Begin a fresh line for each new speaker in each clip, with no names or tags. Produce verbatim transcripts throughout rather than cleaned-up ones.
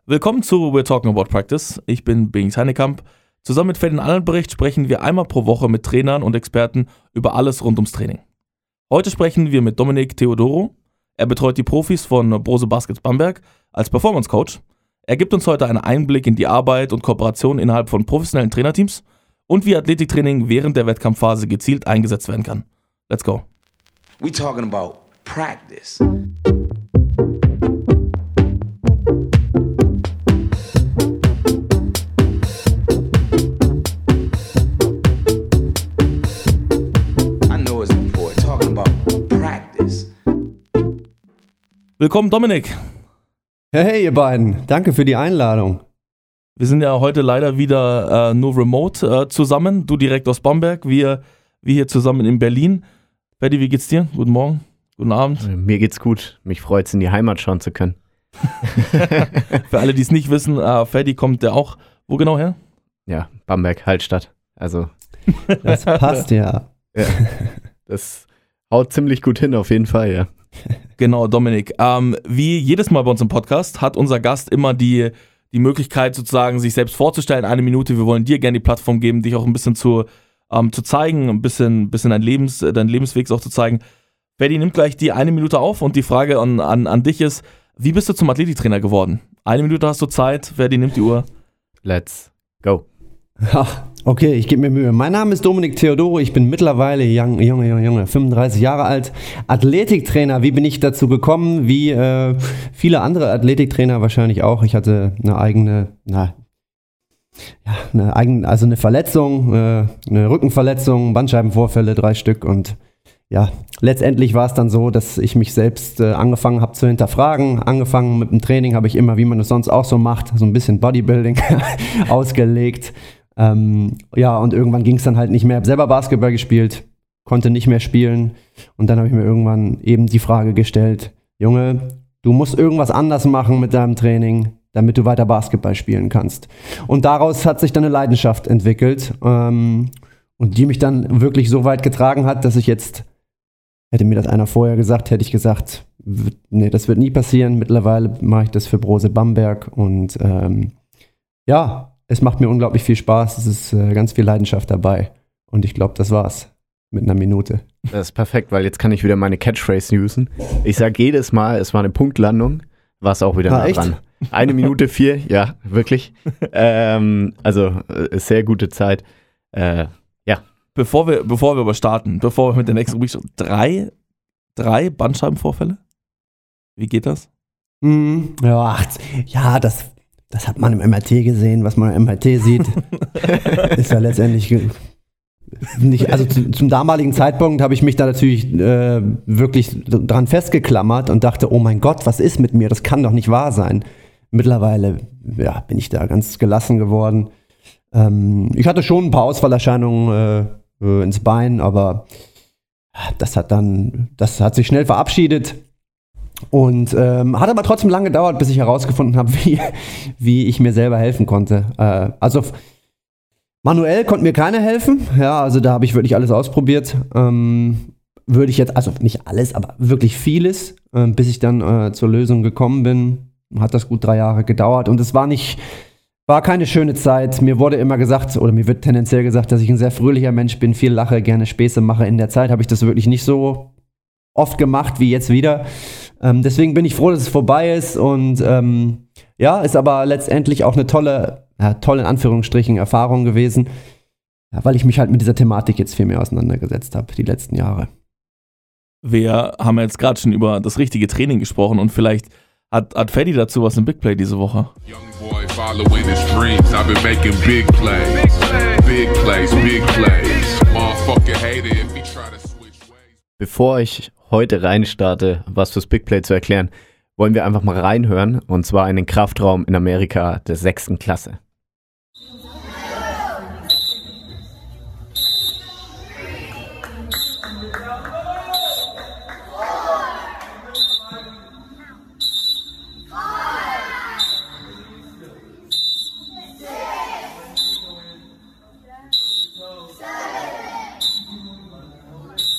Willkommen zu We're Talking About Practice. Ich bin Bing Heinekamp. Zusammen mit Ferdinand Albrecht sprechen wir einmal pro Woche mit Trainern und Experten über alles rund ums Training. Heute sprechen wir mit Dominik Theodoro. Er betreut die Profis von Brose Baskets Bamberg als Performance Coach. Er gibt uns heute einen Einblick in die Arbeit und Kooperation innerhalb von professionellen Trainerteams und wie Athletiktraining während der Wettkampfphase gezielt eingesetzt werden kann. Let's go.
We talking about practice.
Willkommen, Dominik.
Hey, ihr beiden. Danke für die Einladung.
Wir sind ja heute leider wieder äh, nur remote äh, zusammen. Du direkt aus Bamberg, wir, wir hier zusammen in Berlin. Ferdi, wie geht's dir? Guten Morgen, guten Abend.
Mir geht's gut. Mich freut es, in die Heimat schauen zu können.
Für alle, die es nicht wissen, äh, Ferdi kommt der auch, wo genau her?
Ja, Bamberg, Hallstatt. Also.
Das passt ja.
ja. Das haut ziemlich gut hin, auf jeden Fall, ja.
Genau, Dominik. Ähm, wie jedes Mal bei uns im Podcast hat unser Gast immer die, die Möglichkeit, sozusagen sich selbst vorzustellen. Eine Minute. Wir wollen dir gerne die Plattform geben, dich auch ein bisschen zu, ähm, zu zeigen, ein bisschen, bisschen dein Lebens, deinen Lebensweg auch zu zeigen. Ferdi nimmt gleich die eine Minute auf und die Frage an, an, an dich ist, wie bist du zum Athletiktrainer geworden? Eine Minute hast du Zeit. Ferdi nimmt die Uhr.
Let's go.
Ach, okay, ich gebe mir Mühe. Mein Name ist Dominik Theodoro, ich bin mittlerweile Junge, Junge, Junge, Junge, fünfunddreißig Jahre alt, Athletiktrainer. Wie bin ich dazu gekommen? Wie äh, viele andere Athletiktrainer wahrscheinlich auch. Ich hatte eine eigene, na, ja, eine eigene, also eine Verletzung, äh, eine Rückenverletzung, Bandscheibenvorfälle, drei Stück und ja, letztendlich war es dann so, dass ich mich selbst äh, angefangen habe zu hinterfragen. Angefangen mit dem Training habe ich immer, wie man es sonst auch so macht, so ein bisschen Bodybuilding ausgelegt. Ähm, ja, und irgendwann ging es dann halt nicht mehr. Ich habe selber Basketball gespielt, konnte nicht mehr spielen. Und dann habe ich mir irgendwann eben die Frage gestellt, Junge, du musst irgendwas anders machen mit deinem Training, damit du weiter Basketball spielen kannst. Und daraus hat sich dann eine Leidenschaft entwickelt ähm, und die mich dann wirklich so weit getragen hat, dass ich jetzt, hätte mir das einer vorher gesagt, hätte ich gesagt, w- nee, das wird nie passieren. Mittlerweile mache ich das für Brose Bamberg und ähm, ja, es macht mir unglaublich viel Spaß. Es ist äh, ganz viel Leidenschaft dabei. Und ich glaube, das war's mit einer Minute.
Das ist perfekt, weil jetzt kann ich wieder meine Catchphrase usen. Ich sage jedes Mal, es war eine Punktlandung, war es auch wieder
Ah,
nah
echt?
dran. Eine Minute vier, ja, wirklich. ähm, also, äh, sehr gute Zeit. Äh, ja.
Bevor wir, bevor wir aber starten, bevor wir mit der nächsten Rubrik starten, drei, drei Bandscheibenvorfälle? Wie geht das?
Mhm. Ja, ach, ja, das, das hat man im M R T gesehen, was man im M R T sieht. Ist ja letztendlich ge- nicht, also zu, zum damaligen Zeitpunkt habe ich mich da natürlich äh, wirklich dran festgeklammert und dachte, oh mein Gott, was ist mit mir? Das kann doch nicht wahr sein. Mittlerweile ja, bin ich da ganz gelassen geworden. Ähm, ich hatte schon ein paar Ausfallerscheinungen äh, äh, ins Bein, aber das hat dann, das hat sich schnell verabschiedet. Und ähm, hat aber trotzdem lange gedauert, bis ich herausgefunden habe, wie, wie ich mir selber helfen konnte. Äh, also f- manuell konnte mir keiner helfen. Ja, also da habe ich wirklich alles ausprobiert. Ähm, würde ich jetzt, also nicht alles, aber wirklich vieles, äh, bis ich dann äh, zur Lösung gekommen bin. Hat das gut drei Jahre gedauert. Und es war nicht, war keine schöne Zeit. Mir wurde immer gesagt, oder mir wird tendenziell gesagt, dass ich ein sehr fröhlicher Mensch bin, viel lache, gerne Späße mache. In der Zeit habe ich das wirklich nicht so oft gemacht wie jetzt wieder. Ähm, deswegen bin ich froh, dass es vorbei ist und ähm, ja, ist aber letztendlich auch eine tolle, ja, tolle in Anführungsstrichen Erfahrung gewesen, ja, weil ich mich halt mit dieser Thematik jetzt viel mehr auseinandergesetzt habe, die letzten Jahre.
Wir haben jetzt gerade schon über das richtige Training gesprochen und vielleicht hat, hat Ferdi dazu was im Big Play diese Woche.
Young boy following his dreams. I've been making big plays. Big plays, big plays. Motherfucker hater if he try to switch ways.
Bevor ich heute reinstarte, was fürs Big Play zu erklären, wollen wir einfach mal reinhören, und zwar in den Kraftraum in Amerika der sechsten Klasse.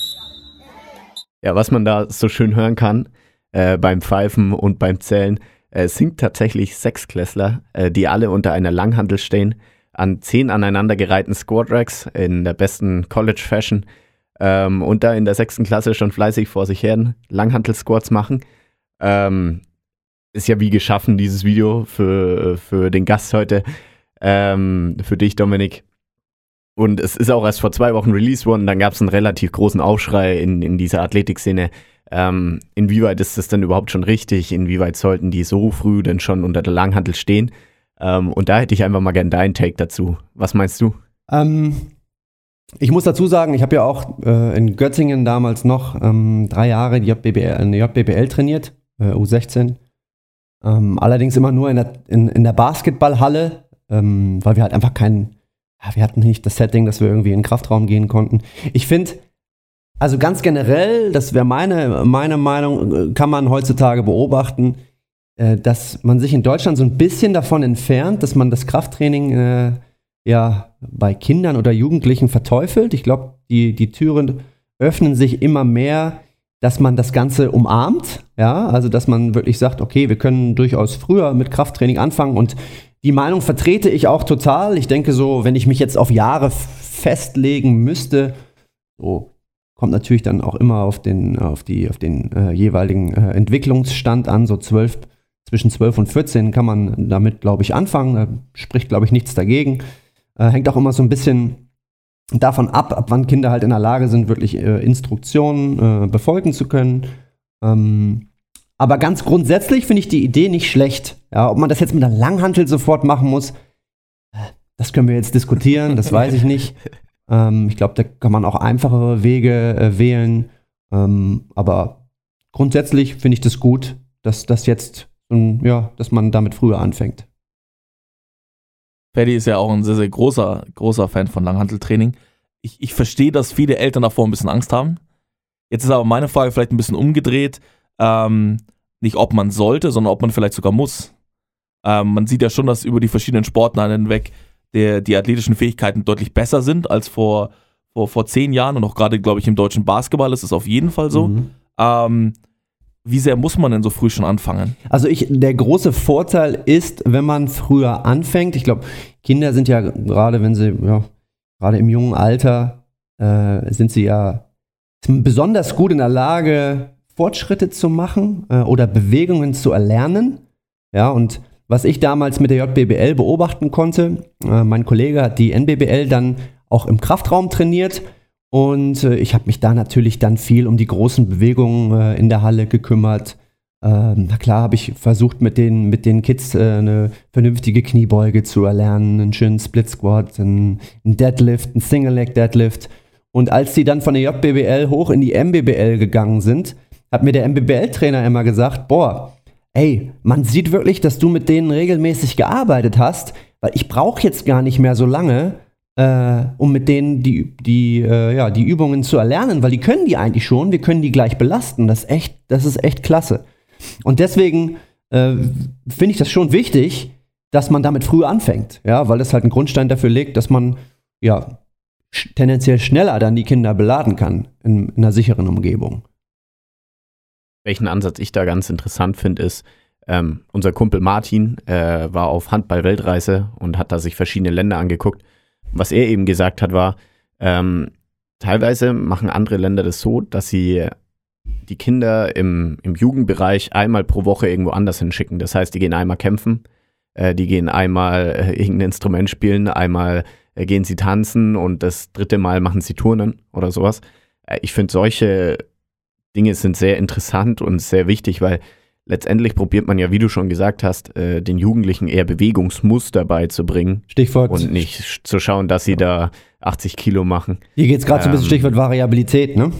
Ja, was man da so schön hören kann, äh, beim Pfeifen und beim Zählen, äh, es sind tatsächlich Sechsklässler, äh, die alle unter einer Langhantel stehen, an zehn aneinandergereihten Squat-Racks in der besten College-Fashion ähm, und da in der sechsten Klasse schon fleißig vor sich her Langhantel-Squats machen. Ähm, ist ja wie geschaffen, dieses Video für, für den Gast heute, ähm, für dich, Dominik. Und es ist auch erst vor zwei Wochen released worden, dann gab es einen relativ großen Aufschrei in, in dieser Athletikszene. Ähm, inwieweit ist das denn überhaupt schon richtig? Inwieweit sollten die so früh denn schon unter der Langhantel stehen? Ähm, und da hätte ich einfach mal gern deinen Take dazu. Was meinst du?
Ähm, ich muss dazu sagen, ich habe ja auch äh, in Göttingen damals noch ähm, drei Jahre die J B B L, eine J B B L trainiert, äh, U sechzehn. Ähm, allerdings immer nur in der, in, in der Basketballhalle, ähm, weil wir halt einfach keinen, ja, wir hatten nicht das Setting, dass wir irgendwie in den Kraftraum gehen konnten. Ich finde, also ganz generell, das wäre meine, meine Meinung, kann man heutzutage beobachten, äh, dass man sich in Deutschland so ein bisschen davon entfernt, dass man das Krafttraining äh, ja bei Kindern oder Jugendlichen verteufelt. Ich glaube, die, die Türen öffnen sich immer mehr, dass man das Ganze umarmt, ja, also dass man wirklich sagt, okay, wir können durchaus früher mit Krafttraining anfangen und die Meinung vertrete ich auch total. Ich denke so, wenn ich mich jetzt auf Jahre festlegen müsste, so kommt natürlich dann auch immer auf den, auf die, auf den äh, jeweiligen äh, Entwicklungsstand an, so zwölf, zwischen zwölf und vierzehn kann man damit, glaube ich, anfangen, da spricht, glaube ich, nichts dagegen. Äh, hängt auch immer so ein bisschen davon ab, ab wann Kinder halt in der Lage sind, wirklich äh, Instruktionen äh, befolgen zu können. Ähm, aber ganz grundsätzlich finde ich die Idee nicht schlecht. Ja, ob man das jetzt mit einer Langhantel sofort machen muss, das können wir jetzt diskutieren, das weiß ich nicht. Ähm, ich glaube, da kann man auch einfachere Wege äh, wählen. Ähm, aber grundsätzlich finde ich das gut, dass das jetzt, ähm, ja, dass man damit früher anfängt.
Ferdi ist ja auch ein sehr, sehr großer, großer Fan von Langhanteltraining. Ich, ich verstehe, dass viele Eltern davor ein bisschen Angst haben. Jetzt ist aber meine Frage vielleicht ein bisschen umgedreht. Ähm, nicht ob man sollte, sondern ob man vielleicht sogar muss. Ähm, man sieht ja schon, dass über die verschiedenen Sportarten hinweg der, die athletischen Fähigkeiten deutlich besser sind als vor, vor, vor zehn Jahren. Und auch gerade, glaube ich, im deutschen Basketball ist es auf jeden Fall so. Mhm. Ähm, Wie sehr muss man denn so früh schon anfangen?
Also ich, der große Vorteil ist, wenn man früher anfängt, ich glaube, Kinder sind ja gerade, wenn sie, ja, gerade im jungen Alter, äh, sind sie ja besonders gut in der Lage, Fortschritte zu machen äh, oder Bewegungen zu erlernen. Ja, und was ich damals mit der J B B L beobachten konnte, äh, mein Kollege hat die N B B L dann auch im Kraftraum trainiert. Und äh, ich habe mich da natürlich dann viel um die großen Bewegungen äh, in der Halle gekümmert. Ähm, na klar habe ich versucht, mit den, mit den Kids äh, eine vernünftige Kniebeuge zu erlernen, einen schönen Split Squat, einen, einen Deadlift, einen Single Leg Deadlift. Und als die dann von der J B B L hoch in die M B B L gegangen sind, hat mir der M B B L-Trainer immer gesagt, boah, ey, man sieht wirklich, dass du mit denen regelmäßig gearbeitet hast, weil ich brauche jetzt gar nicht mehr so lange, Äh, um mit denen die, die, äh, ja, die Übungen zu erlernen, weil die können die eigentlich schon, wir können die gleich belasten. Das ist echt, das ist echt klasse. Und deswegen äh, finde ich das schon wichtig, dass man damit früh anfängt, ja, weil das halt einen Grundstein dafür legt, dass man ja sch- tendenziell schneller dann die Kinder beladen kann in, in einer sicheren Umgebung.
Welchen Ansatz ich da ganz interessant finde, ist, ähm, unser Kumpel Martin äh, war auf Handball-Weltreise und hat da sich verschiedene Länder angeguckt. Was er eben gesagt hat, war, ähm, teilweise machen andere Länder das so, dass sie die Kinder im, im Jugendbereich einmal pro Woche irgendwo anders hinschicken. Das heißt, die gehen einmal kämpfen, äh, die gehen einmal äh, irgendein Instrument spielen, einmal äh, gehen sie tanzen und das dritte Mal machen sie Turnen oder sowas. Äh, ich finde, solche Dinge sind sehr interessant und sehr wichtig, weil letztendlich probiert man ja, wie du schon gesagt hast, äh, den Jugendlichen eher Bewegungsmuster beizubringen.
Stichwort.
Und nicht sch- zu schauen, dass sie da achtzig Kilo machen.
Hier geht es gerade ähm, so ein bisschen
Ähm,
Stichwort Variabilität, ne?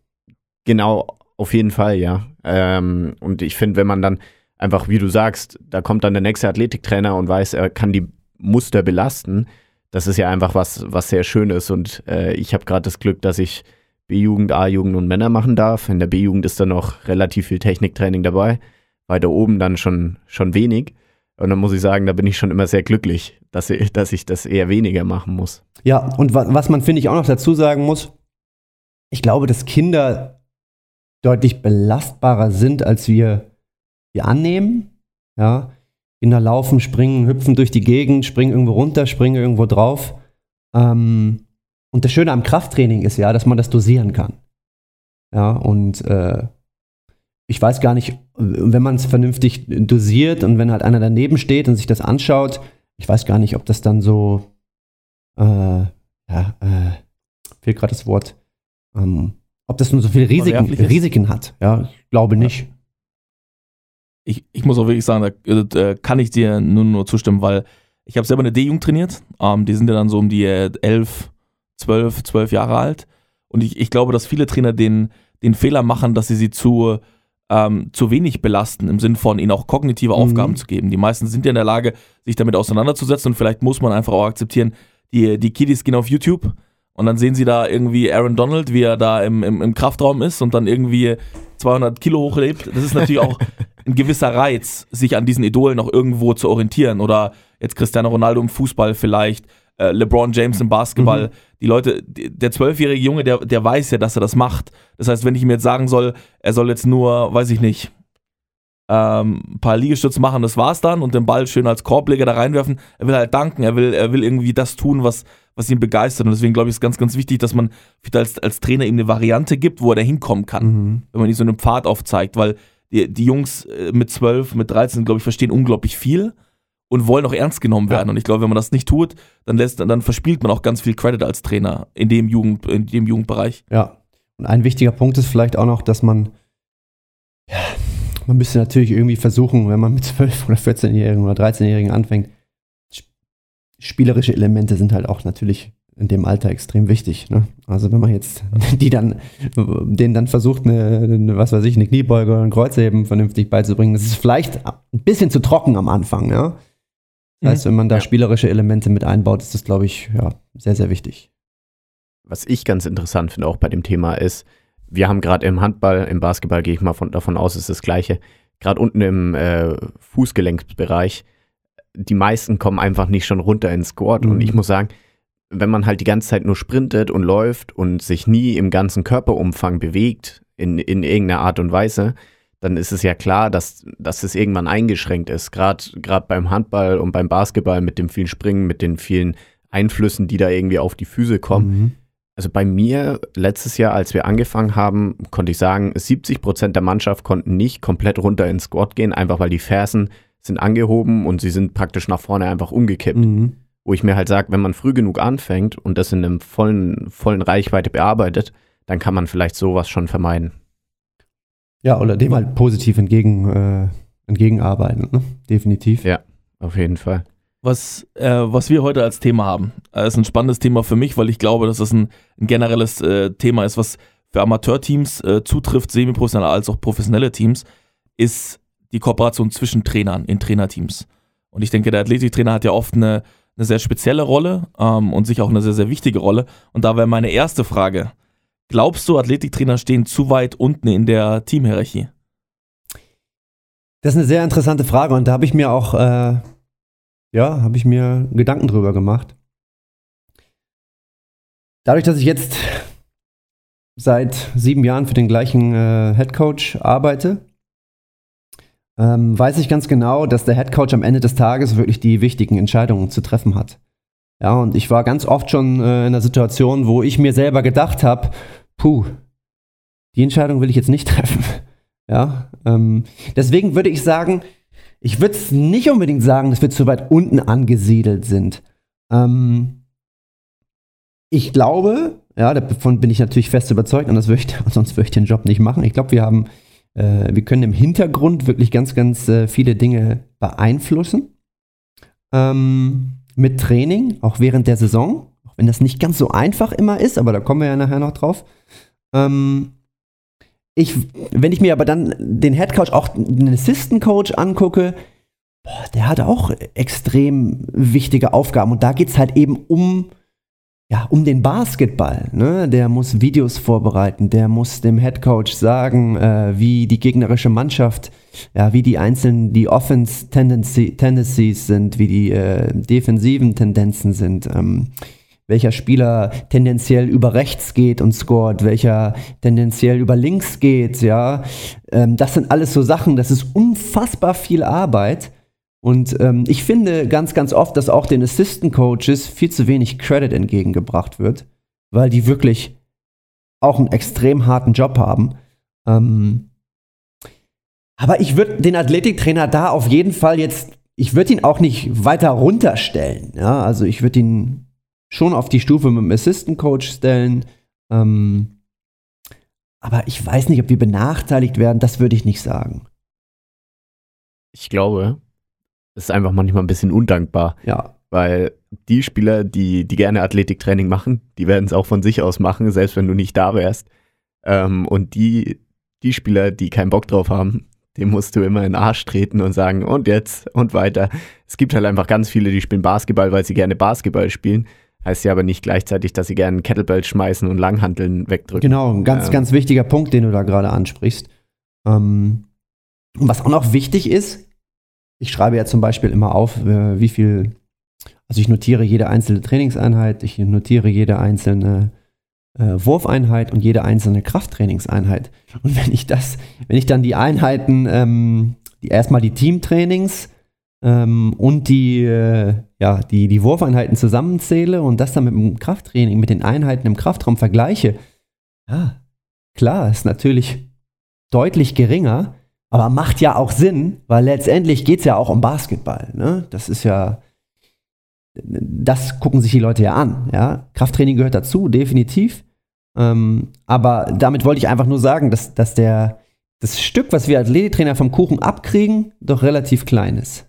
Genau, auf jeden Fall, ja. Ähm, und ich finde, wenn man dann einfach, wie du sagst, da kommt dann der nächste Athletiktrainer und weiß, er kann die Muster belasten, das ist ja einfach was, was sehr schön ist. Und äh, ich habe gerade das Glück, dass ich B-Jugend, A-Jugend und Männer machen darf. In der B-Jugend ist dann noch relativ viel Techniktraining dabei, weiter oben dann schon, schon wenig. Und dann muss ich sagen, da bin ich schon immer sehr glücklich, dass ich, dass ich das eher weniger machen muss.
Ja, und wa- was man, finde ich, auch noch dazu sagen muss, ich glaube, dass Kinder deutlich belastbarer sind, als wir, wir annehmen. Ja, Kinder laufen, springen, hüpfen durch die Gegend, springen irgendwo runter, springen irgendwo drauf. Ähm, und das Schöne am Krafttraining ist ja, dass man das dosieren kann. Ja, und äh, ich weiß gar nicht, wenn man es vernünftig dosiert und wenn halt einer daneben steht und sich das anschaut, ich weiß gar nicht, ob das dann so, äh, ja, äh, fehlt gerade das Wort, ähm, ob das nur so viele Risiken, Risiken hat. Ja, ich glaube nicht.
Ich, ich muss auch wirklich sagen, da, da kann ich dir nur, nur zustimmen, weil ich habe selber eine D-Jugend trainiert. Ähm, die sind ja dann so um die elf, zwölf, zwölf Jahre alt. Und ich, ich glaube, dass viele Trainer den, den Fehler machen, dass sie sie zu, ähm, zu wenig belasten, im Sinn von ihnen auch kognitive
Mhm.
Aufgaben zu geben. Die meisten sind ja in der Lage, sich damit auseinanderzusetzen und vielleicht muss man einfach auch akzeptieren, die, die Kiddies gehen auf YouTube und dann sehen sie da irgendwie Aaron Donald, wie er da im, im, im Kraftraum ist und dann irgendwie zweihundert Kilo hochlebt. Das ist natürlich auch ein gewisser Reiz, sich an diesen Idolen auch irgendwo zu orientieren. Oder jetzt Cristiano Ronaldo im Fußball vielleicht, äh, LeBron James im Basketball.
Mhm.
Die Leute, die, der zwölfjährige Junge, der, der weiß ja, dass er das macht. Das heißt, wenn ich ihm jetzt sagen soll, er soll jetzt nur, weiß ich nicht, ähm, ein paar Liegestütze machen, das war's dann und den Ball schön als Korbleger da reinwerfen. Er will halt danken, er will, er will irgendwie das tun, was, was ihn begeistert. Und deswegen glaube ich, ist ganz, ganz wichtig, dass man als, als Trainer ihm eine Variante gibt, wo er da hinkommen kann.
Mhm.
Wenn man ihm so einen Pfad aufzeigt, weil die, die Jungs äh, mit zwölf, mit dreizehn, glaube ich, verstehen unglaublich viel und wollen auch ernst genommen werden.
Ja.
Und ich glaube, wenn man das nicht tut, dann lässt, dann verspielt man auch ganz viel Credit als Trainer in dem Jugend, in dem Jugendbereich.
Ja, und ein wichtiger Punkt ist vielleicht auch noch, dass man, ja, man müsste natürlich irgendwie versuchen, wenn man mit zwölf- oder vierzehnjährigen oder dreizehnjährigen anfängt, sp- spielerische Elemente sind halt auch natürlich in dem Alter extrem wichtig. Ne? Also wenn man jetzt die dann, denen dann versucht, eine, eine, was weiß ich, eine Kniebeuge oder ein Kreuzheben vernünftig beizubringen, das ist vielleicht ein bisschen zu trocken am Anfang, ja. Das heißt, wenn man da
Ja.
spielerische Elemente mit einbaut, ist das, glaube ich, ja, sehr, sehr wichtig.
Was ich ganz interessant finde auch bei dem Thema ist, wir haben gerade im Handball, im Basketball gehe ich mal von, davon aus, ist das Gleiche, gerade unten im äh, Fußgelenksbereich, die meisten kommen einfach nicht schon runter ins Squat.
Mhm.
Und ich muss sagen, wenn man halt die ganze Zeit nur sprintet und läuft und sich nie im ganzen Körperumfang bewegt, in, in irgendeiner Art und Weise, dann ist es ja klar, dass, dass es irgendwann eingeschränkt ist. Gerade beim Handball und beim Basketball mit dem vielen Springen, mit den vielen Einflüssen, die da irgendwie auf die Füße kommen.
Mhm.
Also bei mir letztes Jahr, als wir angefangen haben, konnte ich sagen, siebzig Prozent der Mannschaft konnten nicht komplett runter ins Squat gehen, einfach weil die Fersen sind angehoben und sie sind praktisch nach vorne einfach umgekippt.
Mhm.
Wo ich mir halt sage, wenn man früh genug anfängt und das in einem vollen, vollen Reichweite bearbeitet, dann kann man vielleicht sowas schon vermeiden.
Ja, oder dem halt positiv entgegen, äh, entgegenarbeiten, ne? Definitiv.
Ja, auf jeden Fall.
Was, äh, was wir heute als Thema haben, äh, ist ein spannendes Thema für mich, weil ich glaube, dass das ein, ein generelles äh, Thema ist, was für Amateurteams äh, zutrifft, semi-professionelle als auch professionelle Teams, ist die Kooperation zwischen Trainern in Trainerteams. Und ich denke, der Athletiktrainer hat ja oft eine, eine sehr spezielle Rolle ähm, und sicher auch eine sehr, sehr wichtige Rolle. Und da wäre meine erste Frage, glaubst du, Athletiktrainer stehen zu weit unten in der Teamhierarchie?
Das ist eine sehr interessante Frage und da habe ich mir auch, äh, ja, habe ich mir Gedanken drüber gemacht. Dadurch, dass ich jetzt seit sieben Jahren für den gleichen äh, Headcoach arbeite, ähm, weiß ich ganz genau, dass der Headcoach am Ende des Tages wirklich die wichtigen Entscheidungen zu treffen hat. Ja, und ich war ganz oft schon äh, in einer Situation, wo ich mir selber gedacht habe, puh, die Entscheidung will ich jetzt nicht treffen. Ja, ähm, deswegen würde ich sagen, ich würde es nicht unbedingt sagen, dass wir zu weit unten angesiedelt sind. Ähm, ich glaube, ja, davon bin ich natürlich fest überzeugt, anders würde ich, sonst würde ich den Job nicht machen. Ich glaube, wir haben, äh, wir können im Hintergrund wirklich ganz, ganz äh, viele Dinge beeinflussen. Ähm, mit Training, auch während der Saison, auch wenn das nicht ganz so einfach immer ist, aber da kommen wir ja nachher noch drauf. Ähm, Ich, wenn ich mir aber dann den Headcoach, auch den Assistant Coach angucke, boah, der hat auch extrem wichtige Aufgaben. Und da geht es halt eben um, ja, um den Basketball. Ne? Der muss Videos vorbereiten, der muss dem Headcoach sagen, äh, wie die gegnerische Mannschaft, ja, wie die einzelnen, die Offense-Tendencies sind, wie die äh, defensiven Tendenzen sind. Ähm, welcher Spieler tendenziell über rechts geht und scoret, welcher tendenziell über links geht, ja. Ähm, das sind alles so Sachen, das ist unfassbar viel Arbeit. Und ähm, ich finde ganz, ganz oft, dass auch den Assistant Coaches viel zu wenig Credit entgegengebracht wird, weil die wirklich auch einen extrem harten Job haben. Ähm, aber ich würde den Athletiktrainer da auf jeden Fall jetzt, ich würde ihn auch nicht weiter runterstellen. Ja? Also ich würde ihn schon auf die Stufe mit dem Assistant Coach stellen. Ähm, aber ich weiß nicht, ob wir benachteiligt werden, das würde ich nicht sagen.
Ich glaube, es ist einfach manchmal ein bisschen undankbar.
Ja.
Weil die Spieler, die, die gerne Athletiktraining machen, die werden es auch von sich aus machen, selbst wenn du nicht da wärst. Ähm, und die, die Spieler, die keinen Bock drauf haben, dem musst du immer in den Arsch treten und sagen, und jetzt und weiter. Es gibt halt einfach ganz viele, die spielen Basketball, weil sie gerne Basketball spielen. Heißt ja aber nicht gleichzeitig, dass sie gerne Kettlebell schmeißen und Langhanteln wegdrücken.
Genau, ein ganz, ähm. ganz wichtiger Punkt, den du da gerade ansprichst. Ähm, und was auch noch wichtig ist, ich schreibe ja zum Beispiel immer auf, wie viel, also ich notiere jede einzelne Trainingseinheit, ich notiere jede einzelne äh, Wurfeinheit und jede einzelne Krafttrainingseinheit. Und wenn ich das, wenn ich dann die Einheiten, ähm, die, erstmal die Teamtrainings ähm, und die, äh, ja, die, die Wurfeinheiten zusammenzähle und das dann mit dem Krafttraining, mit den Einheiten im Kraftraum vergleiche, ja, klar, ist natürlich deutlich geringer, aber macht ja auch Sinn, weil letztendlich geht es ja auch um Basketball. Ne? Das ist ja, das gucken sich die Leute ja an. Ja? Krafttraining gehört dazu, definitiv. Ähm, aber damit wollte ich einfach nur sagen, dass, dass der, das Stück, was wir als Athletiktrainer vom Kuchen abkriegen, doch relativ klein ist.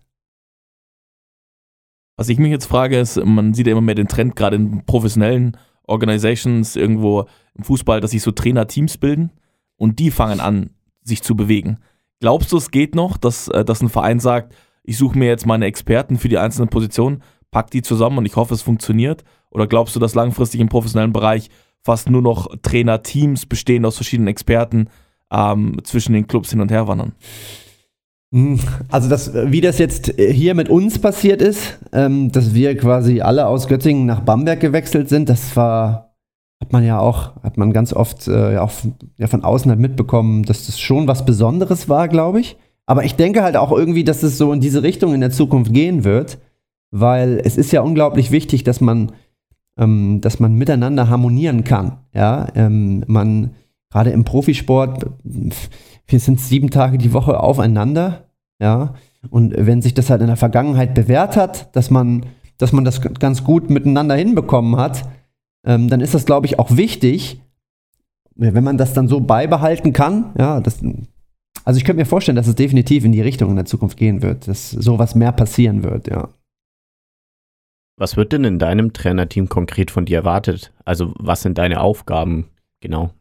Was ich mich jetzt frage, ist, man sieht ja immer mehr den Trend, gerade in professionellen Organizations, irgendwo im Fußball, dass sich so Trainerteams bilden und die fangen an, sich zu bewegen. Glaubst du, es geht noch, dass, dass ein Verein sagt, ich suche mir jetzt meine Experten für die einzelnen Positionen, pack die zusammen und ich hoffe, es funktioniert? Oder glaubst du, dass langfristig im professionellen Bereich fast nur noch Trainerteams bestehen aus verschiedenen Experten ähm, zwischen den Clubs hin und her wandern?
Also das, wie das jetzt hier mit uns passiert ist, ähm, dass wir quasi alle aus Göttingen nach Bamberg gewechselt sind, das war... Hat man ja auch, hat man ganz oft äh, auch ja, von außen halt mitbekommen, dass das schon was Besonderes war, glaube ich. Aber ich denke halt auch irgendwie, dass es so in diese Richtung in der Zukunft gehen wird, weil es ist ja unglaublich wichtig, dass man, ähm, dass man miteinander harmonieren kann. Ja, ähm, man, gerade im Profisport, wir sind sieben Tage die Woche aufeinander, ja. Und wenn sich das halt in der Vergangenheit bewährt hat, dass man, dass man das ganz gut miteinander hinbekommen hat, Ähm, dann ist das, glaube ich, auch wichtig, wenn man das dann so beibehalten kann. Ja, das, also ich könnte mir vorstellen, dass es definitiv in die Richtung in der Zukunft gehen wird, dass sowas mehr passieren wird, ja.
Was wird denn in deinem Trainerteam konkret von dir erwartet? Also was sind deine Aufgaben genau?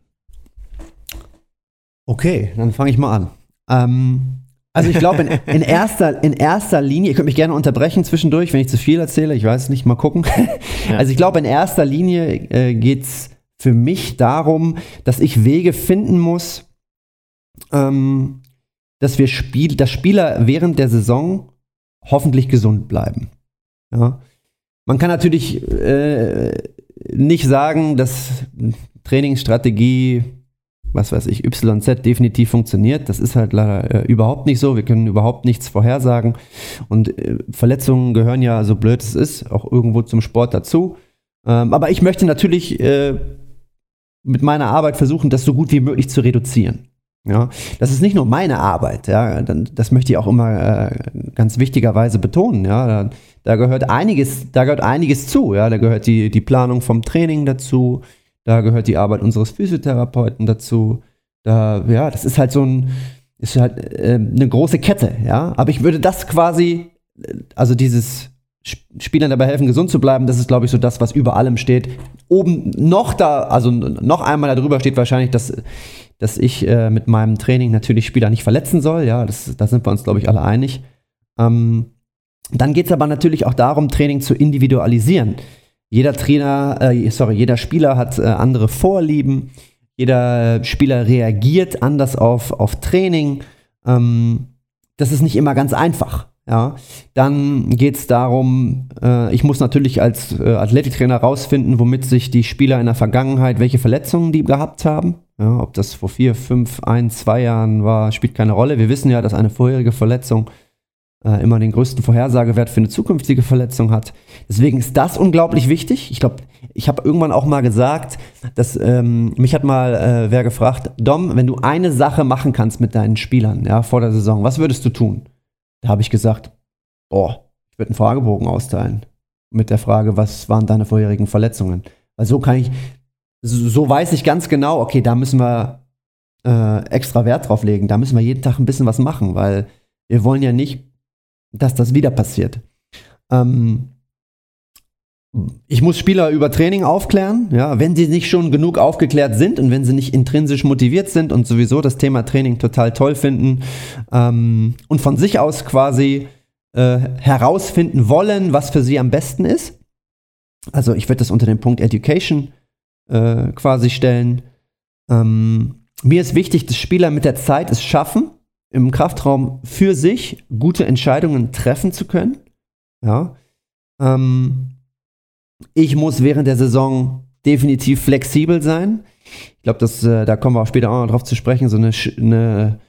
Okay, dann fange ich mal an. Ähm, also ich glaube, in, in, erster, in erster Linie, ihr könnt mich gerne unterbrechen zwischendurch, wenn ich zu viel erzähle, ich weiß nicht, mal gucken. Ja. Also ich glaube, in erster Linie äh, geht es für mich darum, dass ich Wege finden muss, ähm, dass wir Spiel, dass Spieler während der Saison hoffentlich gesund bleiben. Ja. Man kann natürlich äh, nicht sagen, dass Trainingsstrategie, was weiß ich, Y Z definitiv funktioniert. Das ist halt leider äh, überhaupt nicht so. Wir können überhaupt nichts vorhersagen. Und äh, Verletzungen gehören ja, so blöd es ist, auch irgendwo zum Sport dazu. Ähm, aber ich möchte natürlich äh, mit meiner Arbeit versuchen, das so gut wie möglich zu reduzieren. Ja, das ist nicht nur meine Arbeit, ja, das möchte ich auch immer äh, ganz wichtigerweise betonen, ja, da, da gehört einiges, da gehört einiges zu, ja, da gehört die, die Planung vom Training dazu, da gehört die Arbeit unseres Physiotherapeuten dazu, da, ja, das ist halt so ein, ist halt äh, eine große Kette, ja, aber ich würde das quasi, also dieses Spielern dabei helfen, gesund zu bleiben, das ist, glaube ich, so das, was über allem steht. Oben noch da, also noch einmal darüber steht wahrscheinlich, dass, dass ich äh, mit meinem Training natürlich Spieler nicht verletzen soll. Ja, das, da sind wir uns, glaube ich, alle einig. Ähm, dann geht es aber natürlich auch darum, Training zu individualisieren. Jeder Trainer, äh, sorry, jeder Spieler hat äh, andere Vorlieben. Jeder Spieler reagiert anders auf, auf Training. Ähm, das ist nicht immer ganz einfach. Ja, dann geht es darum, äh, ich muss natürlich als äh, Athletiktrainer rausfinden, womit sich die Spieler in der Vergangenheit, welche Verletzungen die gehabt haben. Ja, ob das vor vier, fünf, ein, zwei Jahren war, spielt keine Rolle. Wir wissen ja, dass eine vorherige Verletzung äh, immer den größten Vorhersagewert für eine zukünftige Verletzung hat. Deswegen ist das unglaublich wichtig. Ich glaube, ich habe irgendwann auch mal gesagt, dass ähm, mich hat mal äh, wer gefragt, Dom, wenn du eine Sache machen kannst mit deinen Spielern, ja, vor der Saison, was würdest du tun? Da habe ich gesagt, boah, ich würde einen Fragebogen austeilen mit der Frage, was waren deine vorherigen Verletzungen? Weil so kann ich, so, so weiß ich ganz genau, okay, da müssen wir äh, extra Wert drauf legen, da müssen wir jeden Tag ein bisschen was machen, weil wir wollen ja nicht, dass das wieder passiert. Ähm, ich muss Spieler über Training aufklären, ja, wenn sie nicht schon genug aufgeklärt sind und wenn sie nicht intrinsisch motiviert sind und sowieso das Thema Training total toll finden ähm, und von sich aus quasi äh, herausfinden wollen, was für sie am besten ist. Also ich würde das unter den Punkt Education äh, quasi stellen. Ähm, mir ist wichtig, dass Spieler mit der Zeit es schaffen, im Kraftraum für sich gute Entscheidungen treffen zu können. Ja. Ähm, Ich muss während der Saison definitiv flexibel sein. Ich glaube, äh, da kommen wir auch später auch noch drauf zu sprechen. So eine, eine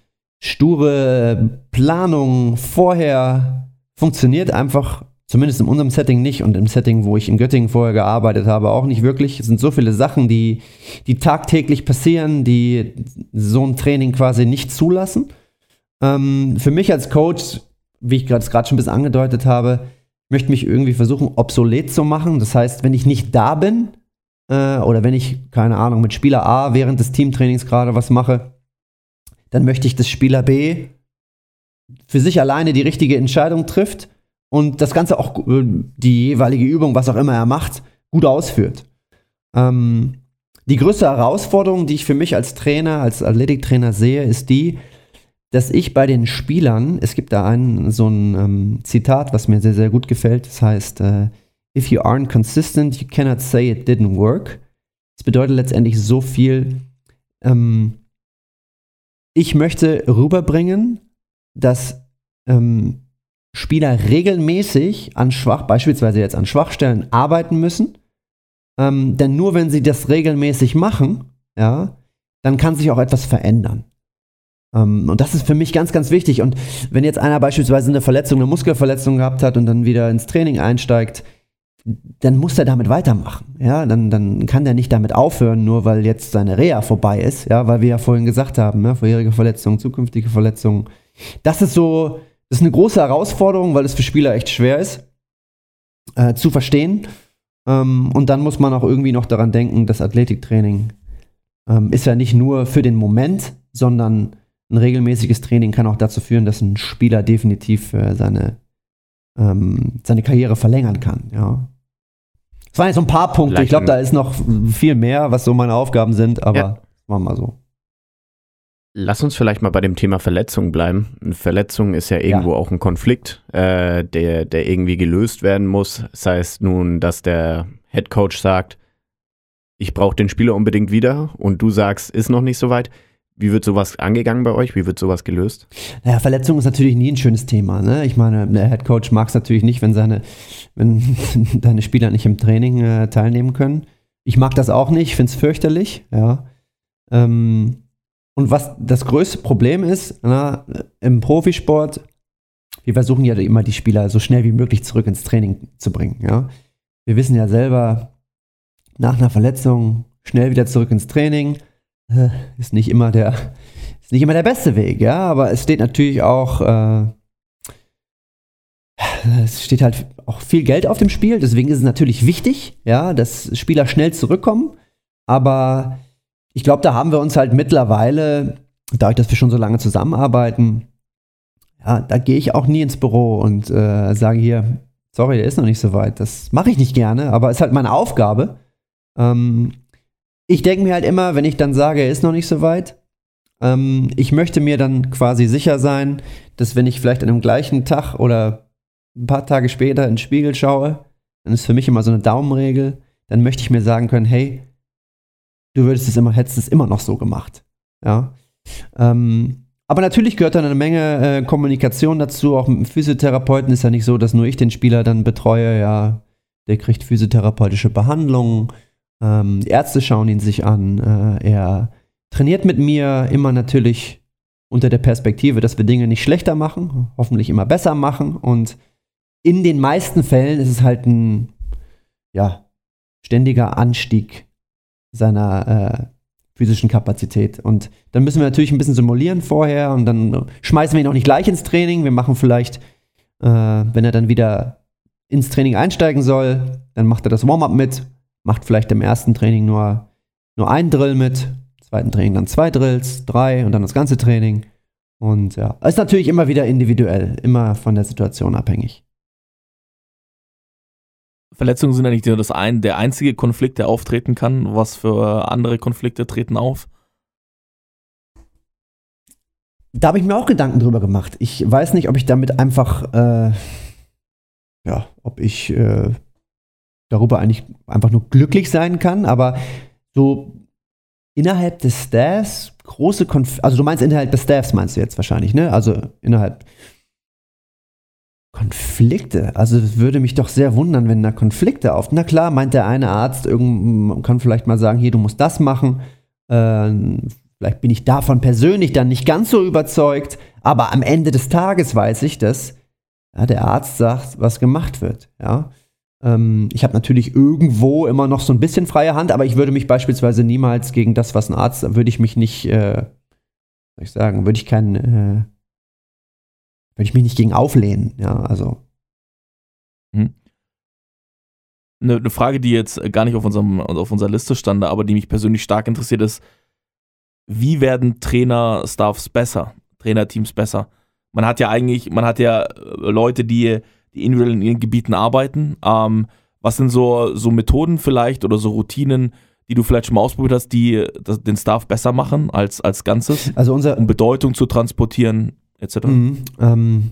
sture Planung vorher funktioniert einfach, zumindest in unserem Setting nicht und im Setting, wo ich in Göttingen vorher gearbeitet habe, auch nicht wirklich. Es sind so viele Sachen, die, die tagtäglich passieren, die so ein Training quasi nicht zulassen. Ähm, für mich als Coach, wie ich gerade schon ein bisschen angedeutet habe, möchte mich irgendwie versuchen, obsolet zu machen. Das heißt, wenn ich nicht da bin äh, oder wenn ich, keine Ahnung, mit Spieler A während des Teamtrainings gerade was mache, dann möchte ich, dass Spieler B für sich alleine die richtige Entscheidung trifft und das Ganze auch, äh, die jeweilige Übung, was auch immer er macht, gut ausführt. Ähm, die größte Herausforderung, die ich für mich als Trainer, als Athletiktrainer sehe, ist die, dass ich bei den Spielern, es gibt da ein, so ein ähm, Zitat, was mir sehr, sehr gut gefällt, das heißt, äh, if you aren't consistent, you cannot say it didn't work. Das bedeutet letztendlich so viel, ähm, ich möchte rüberbringen, dass ähm, Spieler regelmäßig an Schwach, beispielsweise jetzt an Schwachstellen arbeiten müssen, ähm, denn nur wenn sie das regelmäßig machen, ja, dann kann sich auch etwas verändern. Um, und das ist für mich ganz, ganz wichtig. Und wenn jetzt einer beispielsweise eine Verletzung, eine Muskelverletzung gehabt hat und dann wieder ins Training einsteigt, dann muss er damit weitermachen. Ja, dann, dann kann der nicht damit aufhören, nur weil jetzt seine Reha vorbei ist. Ja, weil wir ja vorhin gesagt haben, ja, vorherige Verletzungen, zukünftige Verletzungen. Das ist so, das ist eine große Herausforderung, weil es für Spieler echt schwer ist, äh, zu verstehen. Ähm, und dann muss man auch irgendwie noch daran denken, das Athletiktraining ähm, ist ja nicht nur für den Moment, sondern ein regelmäßiges Training kann auch dazu führen, dass ein Spieler definitiv äh, seine, ähm, seine Karriere verlängern kann. Ja. Das waren jetzt so ein paar Punkte. Vielleicht ich glaube, da ist noch viel mehr, was so meine Aufgaben sind, aber ja. Machen wir mal so.
Lass uns vielleicht mal bei dem Thema Verletzung bleiben. Eine Verletzung ist ja irgendwo ja. auch ein Konflikt, äh, der, der irgendwie gelöst werden muss. Sei es nun, dass der Headcoach sagt, ich brauche den Spieler unbedingt wieder und du sagst, ist noch nicht so weit. Wie wird sowas angegangen bei euch? Wie wird sowas gelöst?
Naja, Verletzung ist natürlich nie ein schönes Thema. Ne? Ich meine, der Headcoach mag es natürlich nicht, wenn seine, wenn deine Spieler nicht im Training äh, teilnehmen können. Ich mag das auch nicht, ich finde es fürchterlich. Ja. Ähm, und was das größte Problem ist, na, im Profisport, wir versuchen ja immer die Spieler so schnell wie möglich zurück ins Training zu bringen. Ja. Wir wissen ja selber, nach einer Verletzung schnell wieder zurück ins Training. Ist nicht immer der, ist nicht immer der beste Weg, ja, aber es steht natürlich auch, äh, es steht halt auch viel Geld auf dem Spiel, deswegen ist es natürlich wichtig, ja, dass Spieler schnell zurückkommen, aber ich glaube, da haben wir uns halt mittlerweile, dadurch, dass wir schon so lange zusammenarbeiten, ja, da gehe ich auch nie ins Büro und äh, sage hier, sorry, der ist noch nicht so weit, das mache ich nicht gerne, aber ist halt meine Aufgabe. ähm, Ich denke mir halt immer, wenn ich dann sage, er ist noch nicht so weit, ähm, ich möchte mir dann quasi sicher sein, dass wenn ich vielleicht an dem gleichen Tag oder ein paar Tage später in den Spiegel schaue, dann ist für mich immer so eine Daumenregel, dann möchte ich mir sagen können, hey, du würdest es immer, hättest es immer noch so gemacht. Ja? Ähm, Aber natürlich gehört dann eine Menge äh, Kommunikation dazu. Auch mit dem Physiotherapeuten ist ja nicht so, dass nur ich den Spieler dann betreue. Ja, der kriegt physiotherapeutische Behandlung. Ähm, die Ärzte schauen ihn sich an. Äh, er trainiert mit mir immer natürlich unter der Perspektive, dass wir Dinge nicht schlechter machen, hoffentlich immer besser machen. Und in den meisten Fällen ist es halt ein ja, ständiger Anstieg seiner äh, physischen Kapazität. Und dann müssen wir natürlich ein bisschen simulieren vorher und dann schmeißen wir ihn auch nicht gleich ins Training. Wir machen vielleicht, äh, wenn er dann wieder ins Training einsteigen soll, dann macht er das Warm-up mit, macht vielleicht im ersten Training nur, nur ein Drill mit, im zweiten Training dann zwei Drills, drei und dann das ganze Training. Und ja, ist natürlich immer wieder individuell, immer von der Situation abhängig.
Verletzungen sind ja nicht nur das ein, der einzige Konflikt, der auftreten kann. Was für andere Konflikte treten auf?
Da habe ich mir auch Gedanken drüber gemacht. Ich weiß nicht, ob ich damit einfach, äh, ja, ob ich äh, darüber eigentlich einfach nur glücklich sein kann, aber so innerhalb des Staffs große Konflikte, also du meinst innerhalb des Staffs meinst du jetzt wahrscheinlich, ne? Also innerhalb Konflikte, also es würde mich doch sehr wundern, wenn da Konflikte auf. Na klar, meint der eine Arzt, irgend, kann vielleicht mal sagen, hier, du musst das machen. Äh, vielleicht bin ich davon persönlich dann nicht ganz so überzeugt, aber am Ende des Tages weiß ich, dass ja, der Arzt sagt, was gemacht wird. Ja? Ähm, ich habe natürlich irgendwo immer noch so ein bisschen freie Hand, aber ich würde mich beispielsweise niemals gegen das, was ein Arzt, würde ich mich nicht, äh, soll ich sagen, würde ich keinen äh, würde ich mich nicht gegen auflehnen, ja, also.
Hm. Eine, eine Frage, die jetzt gar nicht auf, unserem, auf unserer Liste stand, aber die mich persönlich stark interessiert ist, wie werden Trainer-Staffs besser, Trainerteams besser? Man hat ja eigentlich, man hat ja Leute, die, die individuell in ihren Gebieten arbeiten. Ähm, was sind so, so Methoden vielleicht oder so Routinen, die du vielleicht schon mal ausprobiert hast, die das, den Staff besser machen als, als Ganzes,
also unser,
um Bedeutung zu transportieren? et cetera.
Mhm, ähm,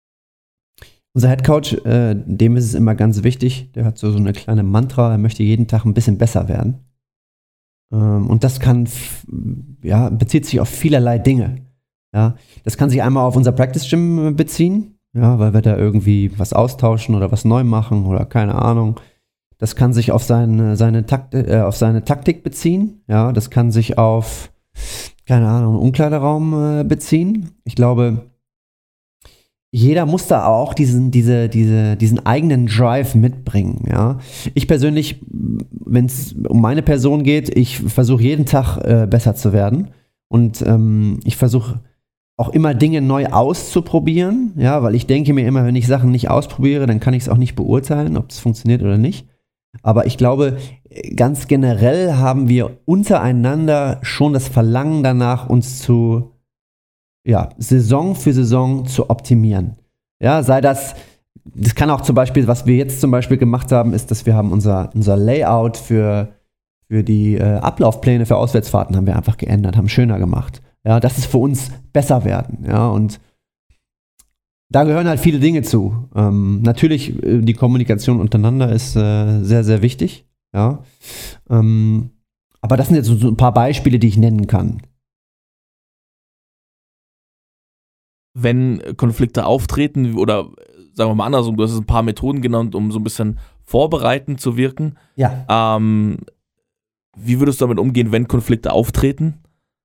unser Headcoach, äh, dem ist es immer ganz wichtig, der hat so, so eine kleine Mantra, er möchte jeden Tag ein bisschen besser werden. Ähm, und das kann, f- ja, bezieht sich auf vielerlei Dinge. Ja, das kann sich einmal auf unser Practice Gym beziehen, ja, weil wir da irgendwie was austauschen oder was neu machen oder keine Ahnung. Das kann sich auf seine, seine, Takt, äh, auf seine Taktik beziehen, ja, das kann sich auf keine Ahnung, Umkleideraum äh, beziehen. Ich glaube, jeder muss da auch diesen, diese, diese, diesen eigenen Drive mitbringen. Ja? Ich persönlich, wenn es um meine Person geht, ich versuche jeden Tag äh, besser zu werden. Und ähm, ich versuche auch immer Dinge neu auszuprobieren, ja, weil ich denke mir immer, wenn ich Sachen nicht ausprobiere, dann kann ich es auch nicht beurteilen, ob es funktioniert oder nicht. Aber ich glaube, ganz generell haben wir untereinander schon das Verlangen danach, uns zu, ja, Saison für Saison zu optimieren. Ja, sei das, das kann auch zum Beispiel, was wir jetzt zum Beispiel gemacht haben, ist, dass wir haben unser, unser Layout für, für die äh, Ablaufpläne für Auswärtsfahrten haben wir einfach geändert, haben schöner gemacht. Ja, das ist für uns besser werden. Ja, und da gehören halt viele Dinge zu. Ähm, natürlich, äh, die Kommunikation untereinander ist äh, sehr, sehr wichtig. Ja. Ähm, aber das sind jetzt so, so ein paar Beispiele, die ich nennen kann.
Wenn Konflikte auftreten oder sagen wir mal andersrum, du hast ein paar Methoden genannt, um so ein bisschen vorbereitend zu wirken.
Ja.
Ähm, wie würdest du damit umgehen, wenn Konflikte auftreten?